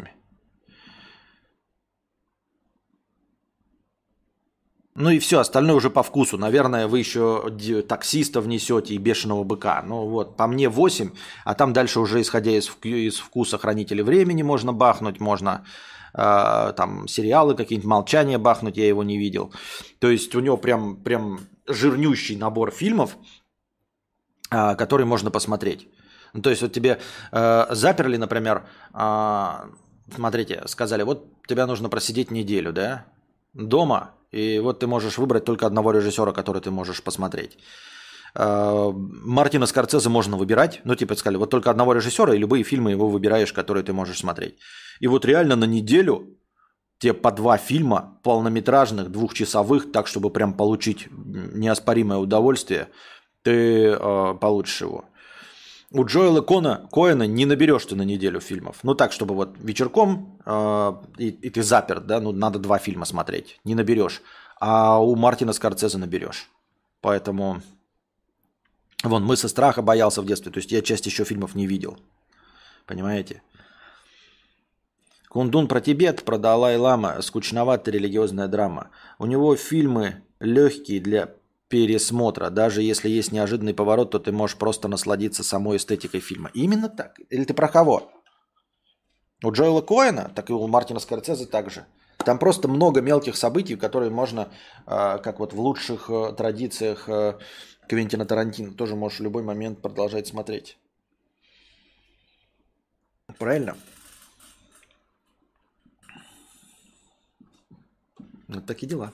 Ну и все, остальное уже по вкусу. Наверное, вы еще «Таксиста» внесете и «Бешеного быка». Ну вот, по мне 8, а там дальше уже, исходя из вкуса «Хранители времени» можно бахнуть, можно там сериалы какие-нибудь, «Молчание» бахнуть, я его не видел. То есть у него прям жирнющий набор фильмов, который можно посмотреть. Ну, то есть вот тебе заперли, например, смотрите, сказали, вот тебя нужно просидеть неделю, да, дома, и вот ты можешь выбрать только одного режиссера, который ты можешь посмотреть. Мартина Скорсезе можно выбирать, ну типа сказали, вот только одного режиссера, и любые фильмы его выбираешь, которые ты можешь смотреть. И вот реально на неделю тебе по 2 фильма полнометражных, 2-часовых, так, чтобы прям получить неоспоримое удовольствие, ты получишь его. У Джоэла Коэна не наберешь ты на неделю фильмов. Ну так, чтобы вот вечерком и ты заперт, да, ну надо 2 фильма смотреть. Не наберешь. А у Мартина Скорсезе наберешь. Поэтому, вон, «Мы со страха» боялся в детстве. То есть я часть еще фильмов не видел. Понимаете? «Кундун про Тибет», про Далай-Лама, скучноватая религиозная драма. У него фильмы легкие для пересмотра. Даже если есть неожиданный поворот, то ты можешь просто насладиться самой эстетикой фильма. Именно так. Или ты про кого? У Джоэла Коэна, так и у Мартина Скорсезе также. Там просто много мелких событий, которые можно, как вот в лучших традициях Квентина Тарантино, тоже можешь в любой момент продолжать смотреть. Правильно? Вот такие дела.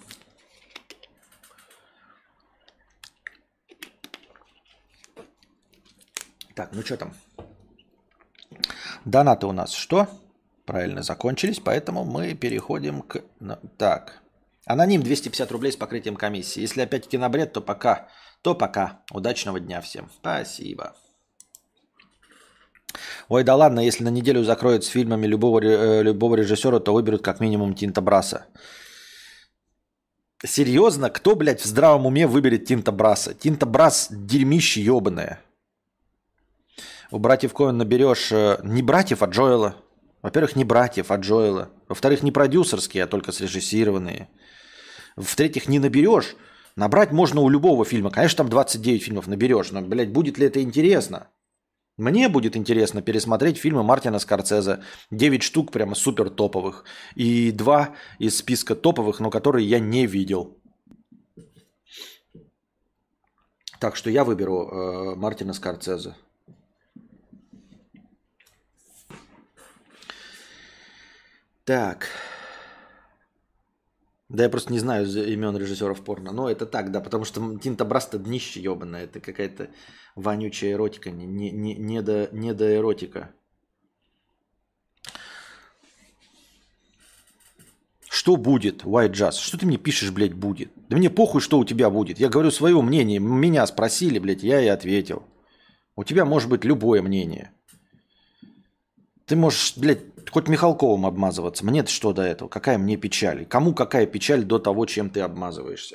Так, ну что там? Донаты у нас что? Правильно, закончились, поэтому мы переходим к... Так. Аноним 250 рублей с покрытием комиссии. Если опять кинобред, то пока. То пока. Удачного дня всем. Спасибо. Ой, да ладно, если на неделю закроют с фильмами любого режиссера, то выберут как минимум Тинто Брасса. Серьезно? Кто, блядь, в здравом уме выберет Тинто Брасса? Тинто Брасс дерьмище ебаное. У братьев Коэн наберешь не братьев, а Джоэла. Во-первых, не братьев, а Джоэла. Во-вторых, не продюсерские, а только срежиссированные. В-третьих, не наберешь. Набрать можно у любого фильма. Конечно, там 29 фильмов наберешь. Но, блядь, будет ли это интересно? Мне будет интересно пересмотреть фильмы Мартина Скорсезе. 9 штук прямо супер топовых. И 2 из списка топовых, но которые я не видел. Так что я выберу Мартина Скорсезе. Так. Да я просто не знаю имен режиссеров порно. Но это так, да, потому что Тинто Брасс-то днище ебаное. Это какая-то вонючая эротика, не до эротика. Что будет, White Jazz? Что ты мне пишешь, блядь, будет? Да мне похуй, что у тебя будет. Я говорю свое мнение. Меня спросили, блядь, я и ответил. У тебя может быть любое мнение. Ты можешь, блядь, хоть Михалковым обмазываться. Мне-то что до этого? Какая мне печаль? Кому какая печаль до того, чем ты обмазываешься?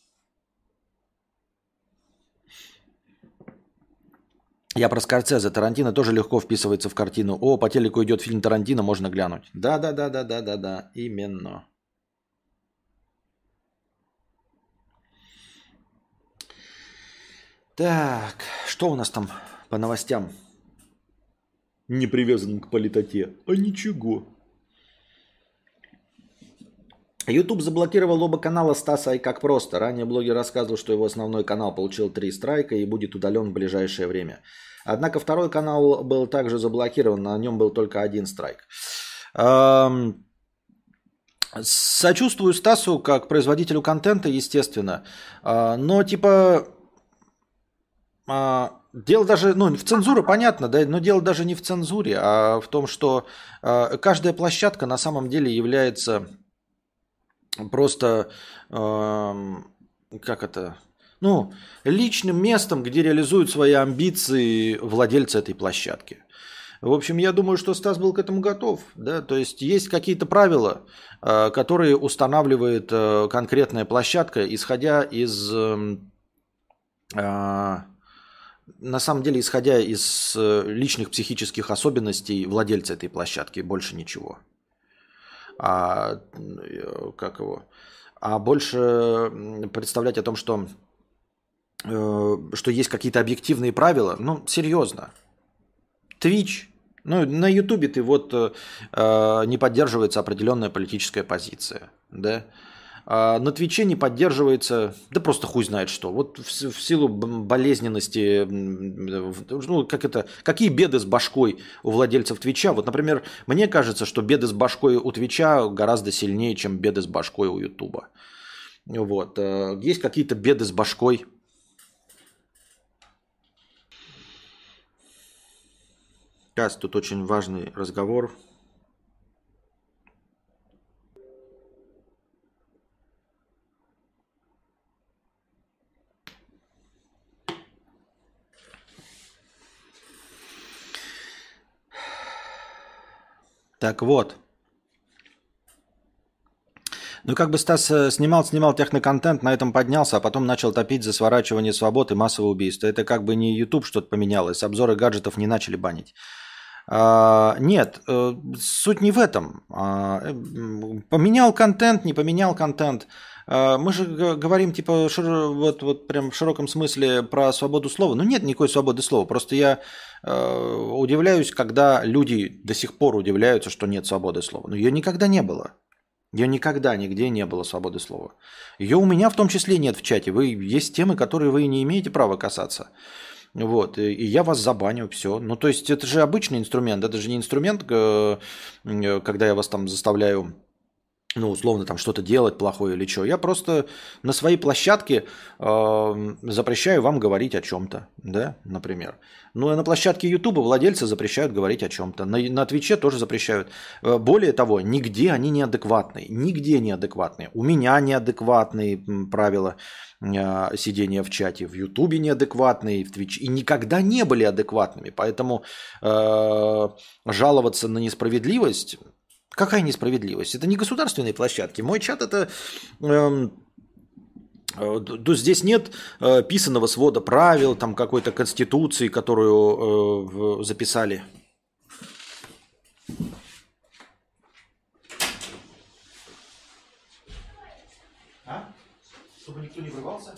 Я про Скорсезе. Тарантино тоже легко вписывается в картину. О, по телеку идет фильм Тарантино, можно глянуть. Да, именно. Так, что у нас там по новостям? Не привязан к политоте. А ничего. YouTube заблокировал оба канала Стаса и Как Просто. Ранее блогер рассказывал, что его основной канал получил 3 страйка и будет удален в ближайшее время. Однако второй канал был также заблокирован, на нем был только 1 страйк. Сочувствую Стасу как производителю контента, естественно. Но типа дело даже, ну, в цензуре понятно, да, но дело даже не в цензуре, а в том, что каждая площадка на самом деле является просто, как это, ну, личным местом, где реализуют свои амбиции владельцы этой площадки. В общем, я думаю, что Стас был к этому готов. Да? То есть какие-то правила, которые устанавливает конкретная площадка, исходя из, на самом деле, исходя из личных психических особенностей владельца этой площадки, больше ничего. Как его? А больше представлять о том, что есть какие-то объективные правила, ну, серьезно. Twitch, ну, на Ютубе ты вот не поддерживается определенная политическая позиция, да? А на Твиче не поддерживается, да просто хуй знает что. Вот в силу болезненности, ну, как это, какие беды с башкой у владельцев Твича. Вот, например, мне кажется, что беды с башкой у Твича гораздо сильнее, чем беды с башкой у Ютуба. Вот. Есть какие-то беды с башкой. Сейчас тут очень важный разговор. Так вот. Ну, как бы Стас снимал техноконтент, на этом поднялся, а потом начал топить за сворачивание свобод и массовое убийство. Это как бы не YouTube что-то поменялось, обзоры гаджетов не начали банить. Нет, суть не в этом. Поменял контент, не поменял контент. Мы же говорим, типа, вот прям в широком смысле про свободу слова. Ну, нет никакой свободы слова. Просто я удивляюсь, когда люди до сих пор удивляются, что нет свободы слова. Но ее никогда не было. Ее никогда нигде не было свободы слова. Ее у меня в том числе нет в чате. Есть темы, которые вы не имеете права касаться. Вот, и я вас забаню, все. Ну, то есть, это же обычный инструмент, это же не инструмент, когда я вас там заставляю, ну, условно, там что-то делать плохое или что. Я просто на своей площадке запрещаю вам говорить о чем-то, да, например. Ну, а на площадке Ютуба владельцы запрещают говорить о чем-то. На Твиче тоже запрещают. Более того, нигде они неадекватные. Нигде неадекватные. У меня неадекватные правила сидения в чате. В Ютубе неадекватные, в Твиче. И никогда не были адекватными. Поэтому жаловаться на несправедливость... Какая несправедливость? Это не государственные площадки. Мой чат это... здесь нет писанного свода правил, там какой-то конституции, которую записали. Чтобы никто не врывался?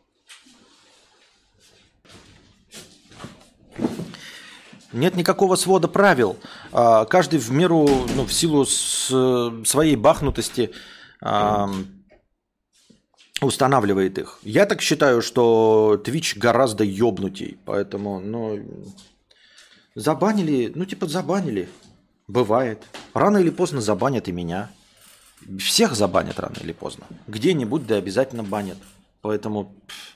Нет никакого свода правил. Каждый в меру, ну, в силу своей бахнутости устанавливает их. Я так считаю, что Twitch гораздо ёбнутей. Поэтому, ну, забанили, ну, типа забанили. Бывает. Рано или поздно забанят и меня. Всех забанят рано или поздно. Где-нибудь, да обязательно банят. Поэтому...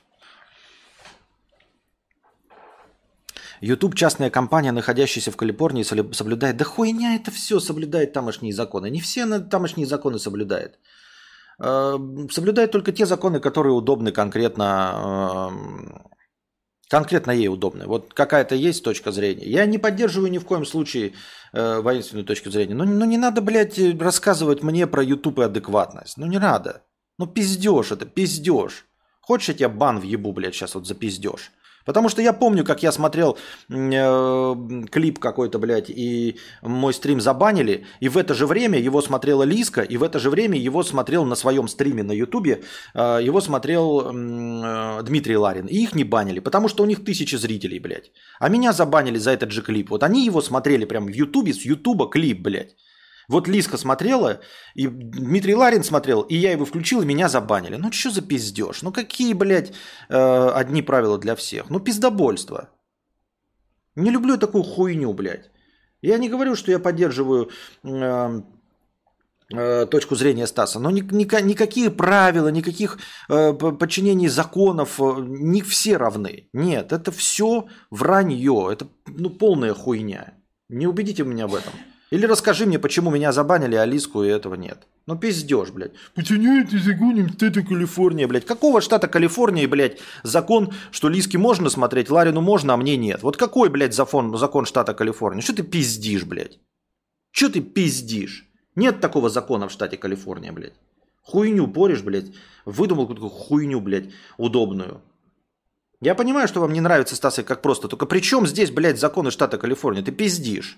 YouTube частная компания, находящаяся в Калифорнии, соблюдает... Да хуйня это все соблюдает тамошние законы. Не все тамошние законы соблюдает. Соблюдает только те законы, которые удобны конкретно ей удобны. Вот какая-то есть точка зрения. Я не поддерживаю ни в коем случае воинственную точку зрения. Но не надо, блядь, рассказывать мне про YouTube и адекватность. Ну не надо. Ну пиздеж это, пиздеж. Хочешь, я тебя бан въебу, блядь, сейчас вот за пиздеж? Потому что я помню, как я смотрел клип какой-то, блядь, и мой стрим забанили, и в это же время его смотрела Лизка, и в это же время его смотрел на своем стриме на Ютубе, его смотрел Дмитрий Ларин. И их не банили, потому что у них 1000 зрителей, блядь. А меня забанили за этот же клип. Вот они его смотрели прямо в Ютубе, с Ютуба клип, блядь. Вот Лизка смотрела, и Дмитрий Ларин смотрел, и я его включил, и меня забанили. Ну что за пиздеж? Ну какие, блядь, одни правила для всех? Ну пиздобольство. Не люблю такую хуйню, блядь. Я не говорю, что я поддерживаю точку зрения Стаса. Но никакие правила, никаких подчинений законов, не все равны. Нет, это все вранье. Это полная хуйня. Не убедите меня в этом. Или расскажи мне, почему меня забанили, а Лиску и этого нет. Ну пиздешь, блядь. Почему ты загоним штата Калифорния, блядь? Какого штата Калифорнии, блядь, закон, что Лиске можно смотреть, Ларину можно, а мне нет? Вот какой, блядь, закон штата Калифорния? Что ты пиздишь, блядь? Что ты пиздишь? Нет такого закона в штате Калифорния, блядь. Хуйню порешь, блядь. Выдумал какую-то хуйню, блядь, удобную. Я понимаю, что вам не нравится, Стас, как просто. Только при чем здесь, блядь, законы штата Калифорния? Ты пиздишь.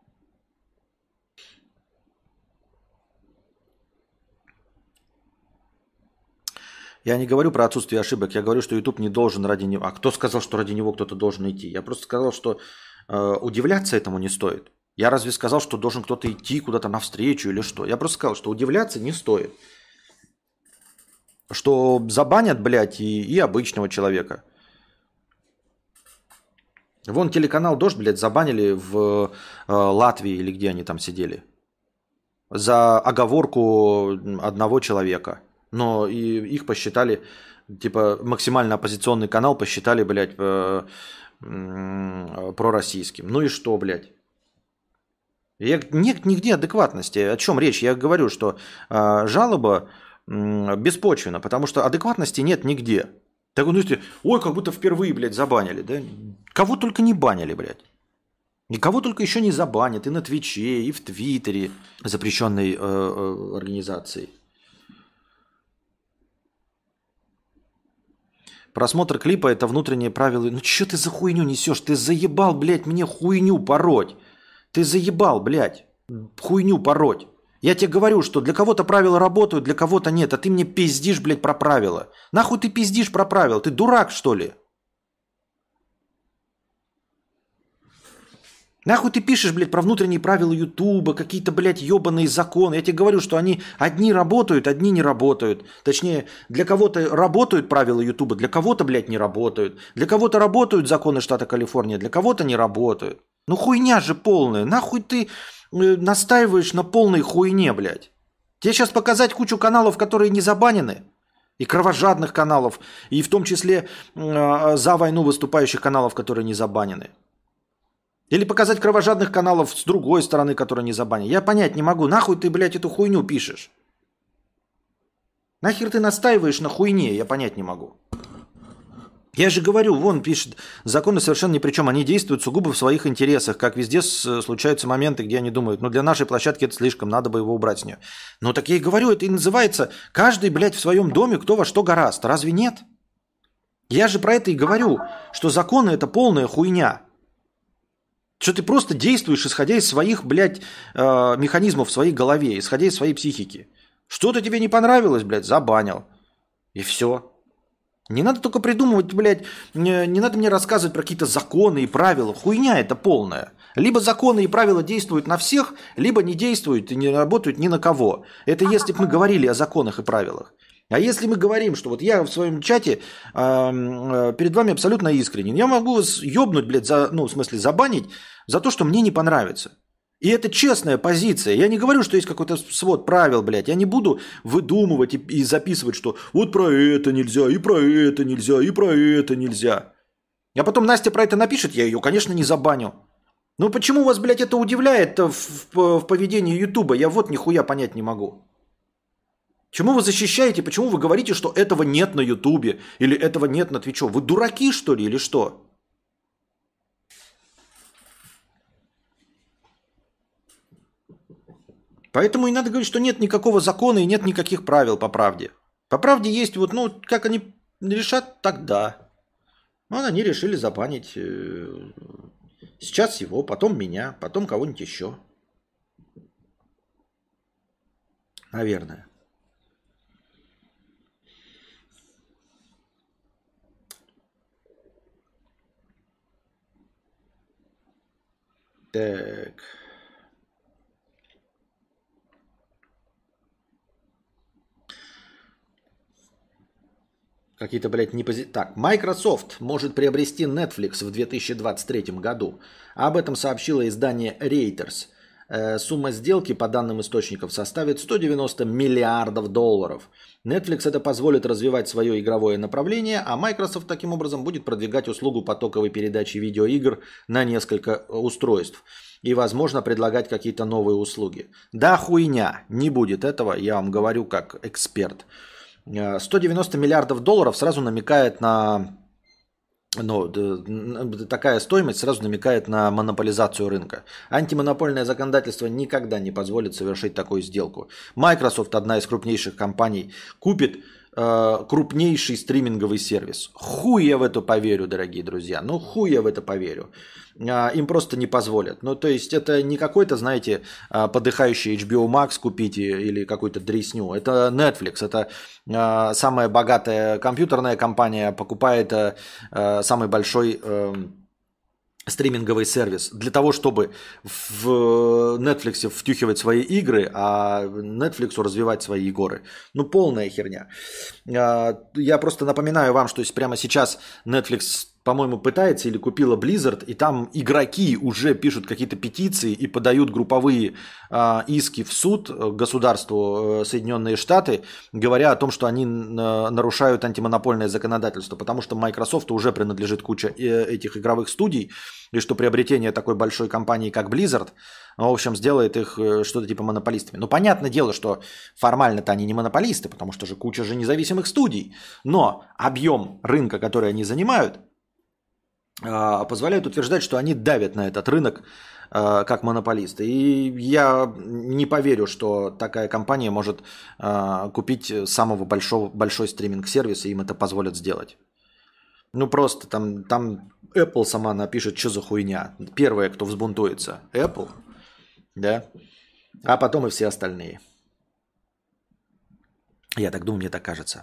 Я не говорю про отсутствие ошибок. Я говорю, что YouTube не должен ради него. А кто сказал, что ради него кто-то должен идти? Я просто сказал, что удивляться этому не стоит. Я разве сказал, что должен кто-то идти куда-то навстречу или что? Я просто сказал, что удивляться не стоит. Что забанят, блядь, и обычного человека. Вон телеканал «Дождь», блядь, забанили в Латвии или где они там сидели. За оговорку одного человека. Но и их посчитали, типа, максимально оппозиционный канал посчитали, блядь, пророссийским. Ну и что, блядь? Нет нигде адекватности. О чем речь? Я говорю, что жалоба беспочвенна, потому что адекватности нет нигде. Так, ну, ой, как будто впервые, блядь, забанили, да? Кого только не банили, блядь. Никого только еще не забанят и на Твиче, и в Твиттере, запрещенной организацией. Просмотр клипа – это внутреннее правило. Ну, что ты за хуйню несешь? Ты заебал, блядь, мне хуйню пороть. Ты заебал, блядь, хуйню пороть. Я тебе говорю, что для кого-то правила работают, для кого-то нет. А ты мне пиздишь, блядь, про правила. Нахуй ты пиздишь про правила? Ты дурак, что ли? Нахуй ты пишешь, блядь, про внутренние правила Ютуба, какие-то, блядь, ебаные законы. Я тебе говорю, что они одни работают, одни не работают. Точнее, для кого-то работают правила Ютуба, для кого-то, блядь, не работают. Для кого-то работают законы штата Калифорния, для кого-то не работают. Ну хуйня же полная. Нахуй ты настаиваешь на полной хуйне, блядь. Тебе сейчас показать кучу каналов, которые не забанены. И кровожадных каналов, и в том числе за войну выступающих каналов, которые не забанены. Или показать кровожадных каналов с другой стороны, которые не забанены. Я понять не могу. Нахуй ты, блядь, эту хуйню пишешь? Нахер ты настаиваешь на хуйне? Я понять не могу. Я же говорю, вон пишет, законы совершенно ни при чем. Они действуют сугубо в своих интересах. Как везде случаются моменты, где они думают, ну для нашей площадки это слишком, надо бы его убрать с нее. Ну так я и говорю, это и называется каждый, блядь, в своем доме кто во что гораст. Разве нет? Я же про это и говорю, что законы это полная хуйня. Что ты просто действуешь, исходя из своих, блядь, механизмов в своей голове, исходя из своей психики. Что-то тебе не понравилось, блядь, забанил. И все. Не надо только придумывать, блядь, не надо мне рассказывать про какие-то законы и правила. Хуйня это полная. Либо законы и правила действуют на всех, либо не действуют и не работают ни на кого. Это если бы мы говорили о законах и правилах. А если мы говорим, что вот я в своем чате перед вами абсолютно искренен, я могу вас ёбнуть, блядь, в смысле забанить за то, что мне не понравится. И это честная позиция. Я не говорю, что есть какой-то свод правил, блядь. Я не буду выдумывать и записывать, что вот про это нельзя, и про это нельзя, и про это нельзя. А потом Настя про это напишет, я ее, конечно, не забаню. Ну почему вас, блядь, это удивляет в поведении Ютуба? Я вот нихуя понять не могу. Чему вы защищаете? Почему вы говорите, что этого нет на Ютубе или этого нет на Твиче? Вы дураки, что ли, или что? Поэтому и надо говорить, что нет никакого закона и нет никаких правил по правде. По правде есть вот, ну, как они решат, тогда. Ну, они решили забанить сейчас его, потом меня, потом кого-нибудь еще. Наверное. Так. Какие-то, блядь, Так, Microsoft может приобрести Netflix в 2023 году. Об этом сообщило издание Reuters. Сумма сделки, по данным источников, составит 190 миллиардов долларов. Netflix это позволит развивать свое игровое направление, а Microsoft таким образом будет продвигать услугу потоковой передачи видеоигр на несколько устройств. И, возможно, предлагать какие-то новые услуги. Да, хуйня, не будет этого, я вам говорю как эксперт. 190 миллиардов долларов сразу намекает на... Но такая стоимость сразу намекает на монополизацию рынка. Антимонопольное законодательство никогда не позволит совершить такую сделку. Microsoft, одна из крупнейших компаний, купит крупнейший стриминговый сервис. Хуй я в это поверю, дорогие друзья. Ну хуй я в это поверю. Им просто не позволят. Ну то есть это не какой-то, знаете, подыхающий HBO Max купить или какую-то дресню. Это Netflix. Это самая богатая компьютерная компания покупает самый большой стриминговый сервис для того, чтобы в Netflix втюхивать свои игры, а Netflix развивать свои игры. Ну, полная херня. Я просто напоминаю вам, что прямо сейчас Netflix, по-моему, пытается или купила Blizzard, и там игроки уже пишут какие-то петиции и подают групповые иски в суд государству Соединенные Штаты, говоря о том, что они нарушают антимонопольное законодательство, потому что Microsoft уже принадлежит куча этих игровых студий, и что приобретение такой большой компании, как Blizzard, в общем, сделает их что-то типа монополистами. Ну, понятное дело, что формально-то они не монополисты, потому что же куча же независимых студий, но объем рынка, который они занимают, позволяют утверждать, что они давят на этот рынок как монополисты. И я не поверю, что такая компания может купить большой стриминг-сервис, и им это позволят сделать. Ну просто там Apple сама напишет, что за хуйня. Первая, кто взбунтуется, Apple, да, а потом и все остальные. Я так думаю, мне так кажется.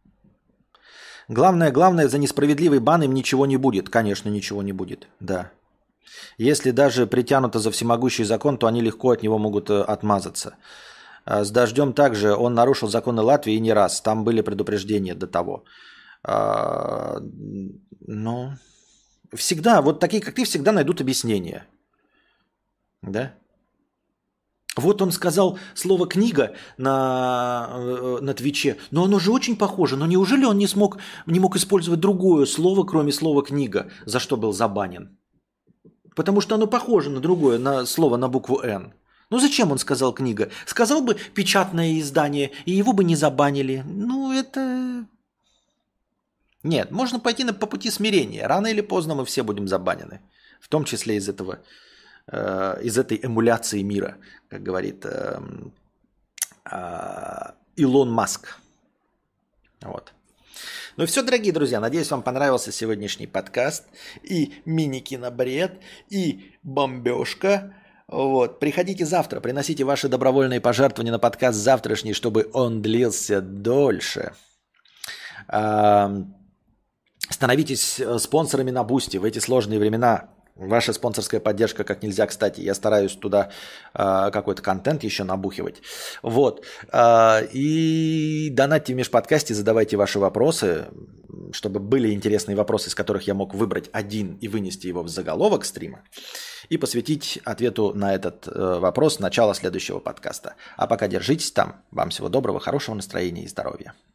Главное, за несправедливый бан им ничего не будет. Конечно, ничего не будет, да. Если даже притянуто за всемогущий закон, то они легко от него могут отмазаться. С Дождем также он нарушил законы Латвии и не раз. Там были предупреждения до того. Ну, всегда, вот такие, как ты, всегда найдут объяснение. Да? Вот он сказал слово «книга» на Твиче, но оно же очень похоже. Но неужели он не мог использовать другое слово, кроме слова «книга», за что был забанен? Потому что оно похоже на другое, на слово на букву «Н». Ну зачем он сказал «книга»? Сказал бы «печатное издание», и его бы не забанили. Ну это... Нет, можно пойти по пути смирения. Рано или поздно мы все будем забанены. В том числе из этой эмуляции мира, как говорит Илон Маск. Вот. Ну и все, дорогие друзья. Надеюсь, вам понравился сегодняшний подкаст. И мини-кинобред, и бомбежка. Вот. Приходите завтра, приносите ваши добровольные пожертвования на подкаст завтрашний, чтобы он длился дольше. Становитесь спонсорами на Бусти в эти сложные времена. Ваша спонсорская поддержка как нельзя кстати. Я стараюсь туда какой-то контент еще набухивать. Вот. И донатьте в межподкасте, задавайте ваши вопросы, чтобы были интересные вопросы, из которых я мог выбрать один и вынести его в заголовок стрима. И посвятить ответу на этот вопрос начало следующего подкаста. А пока держитесь там. Вам всего доброго, хорошего настроения и здоровья.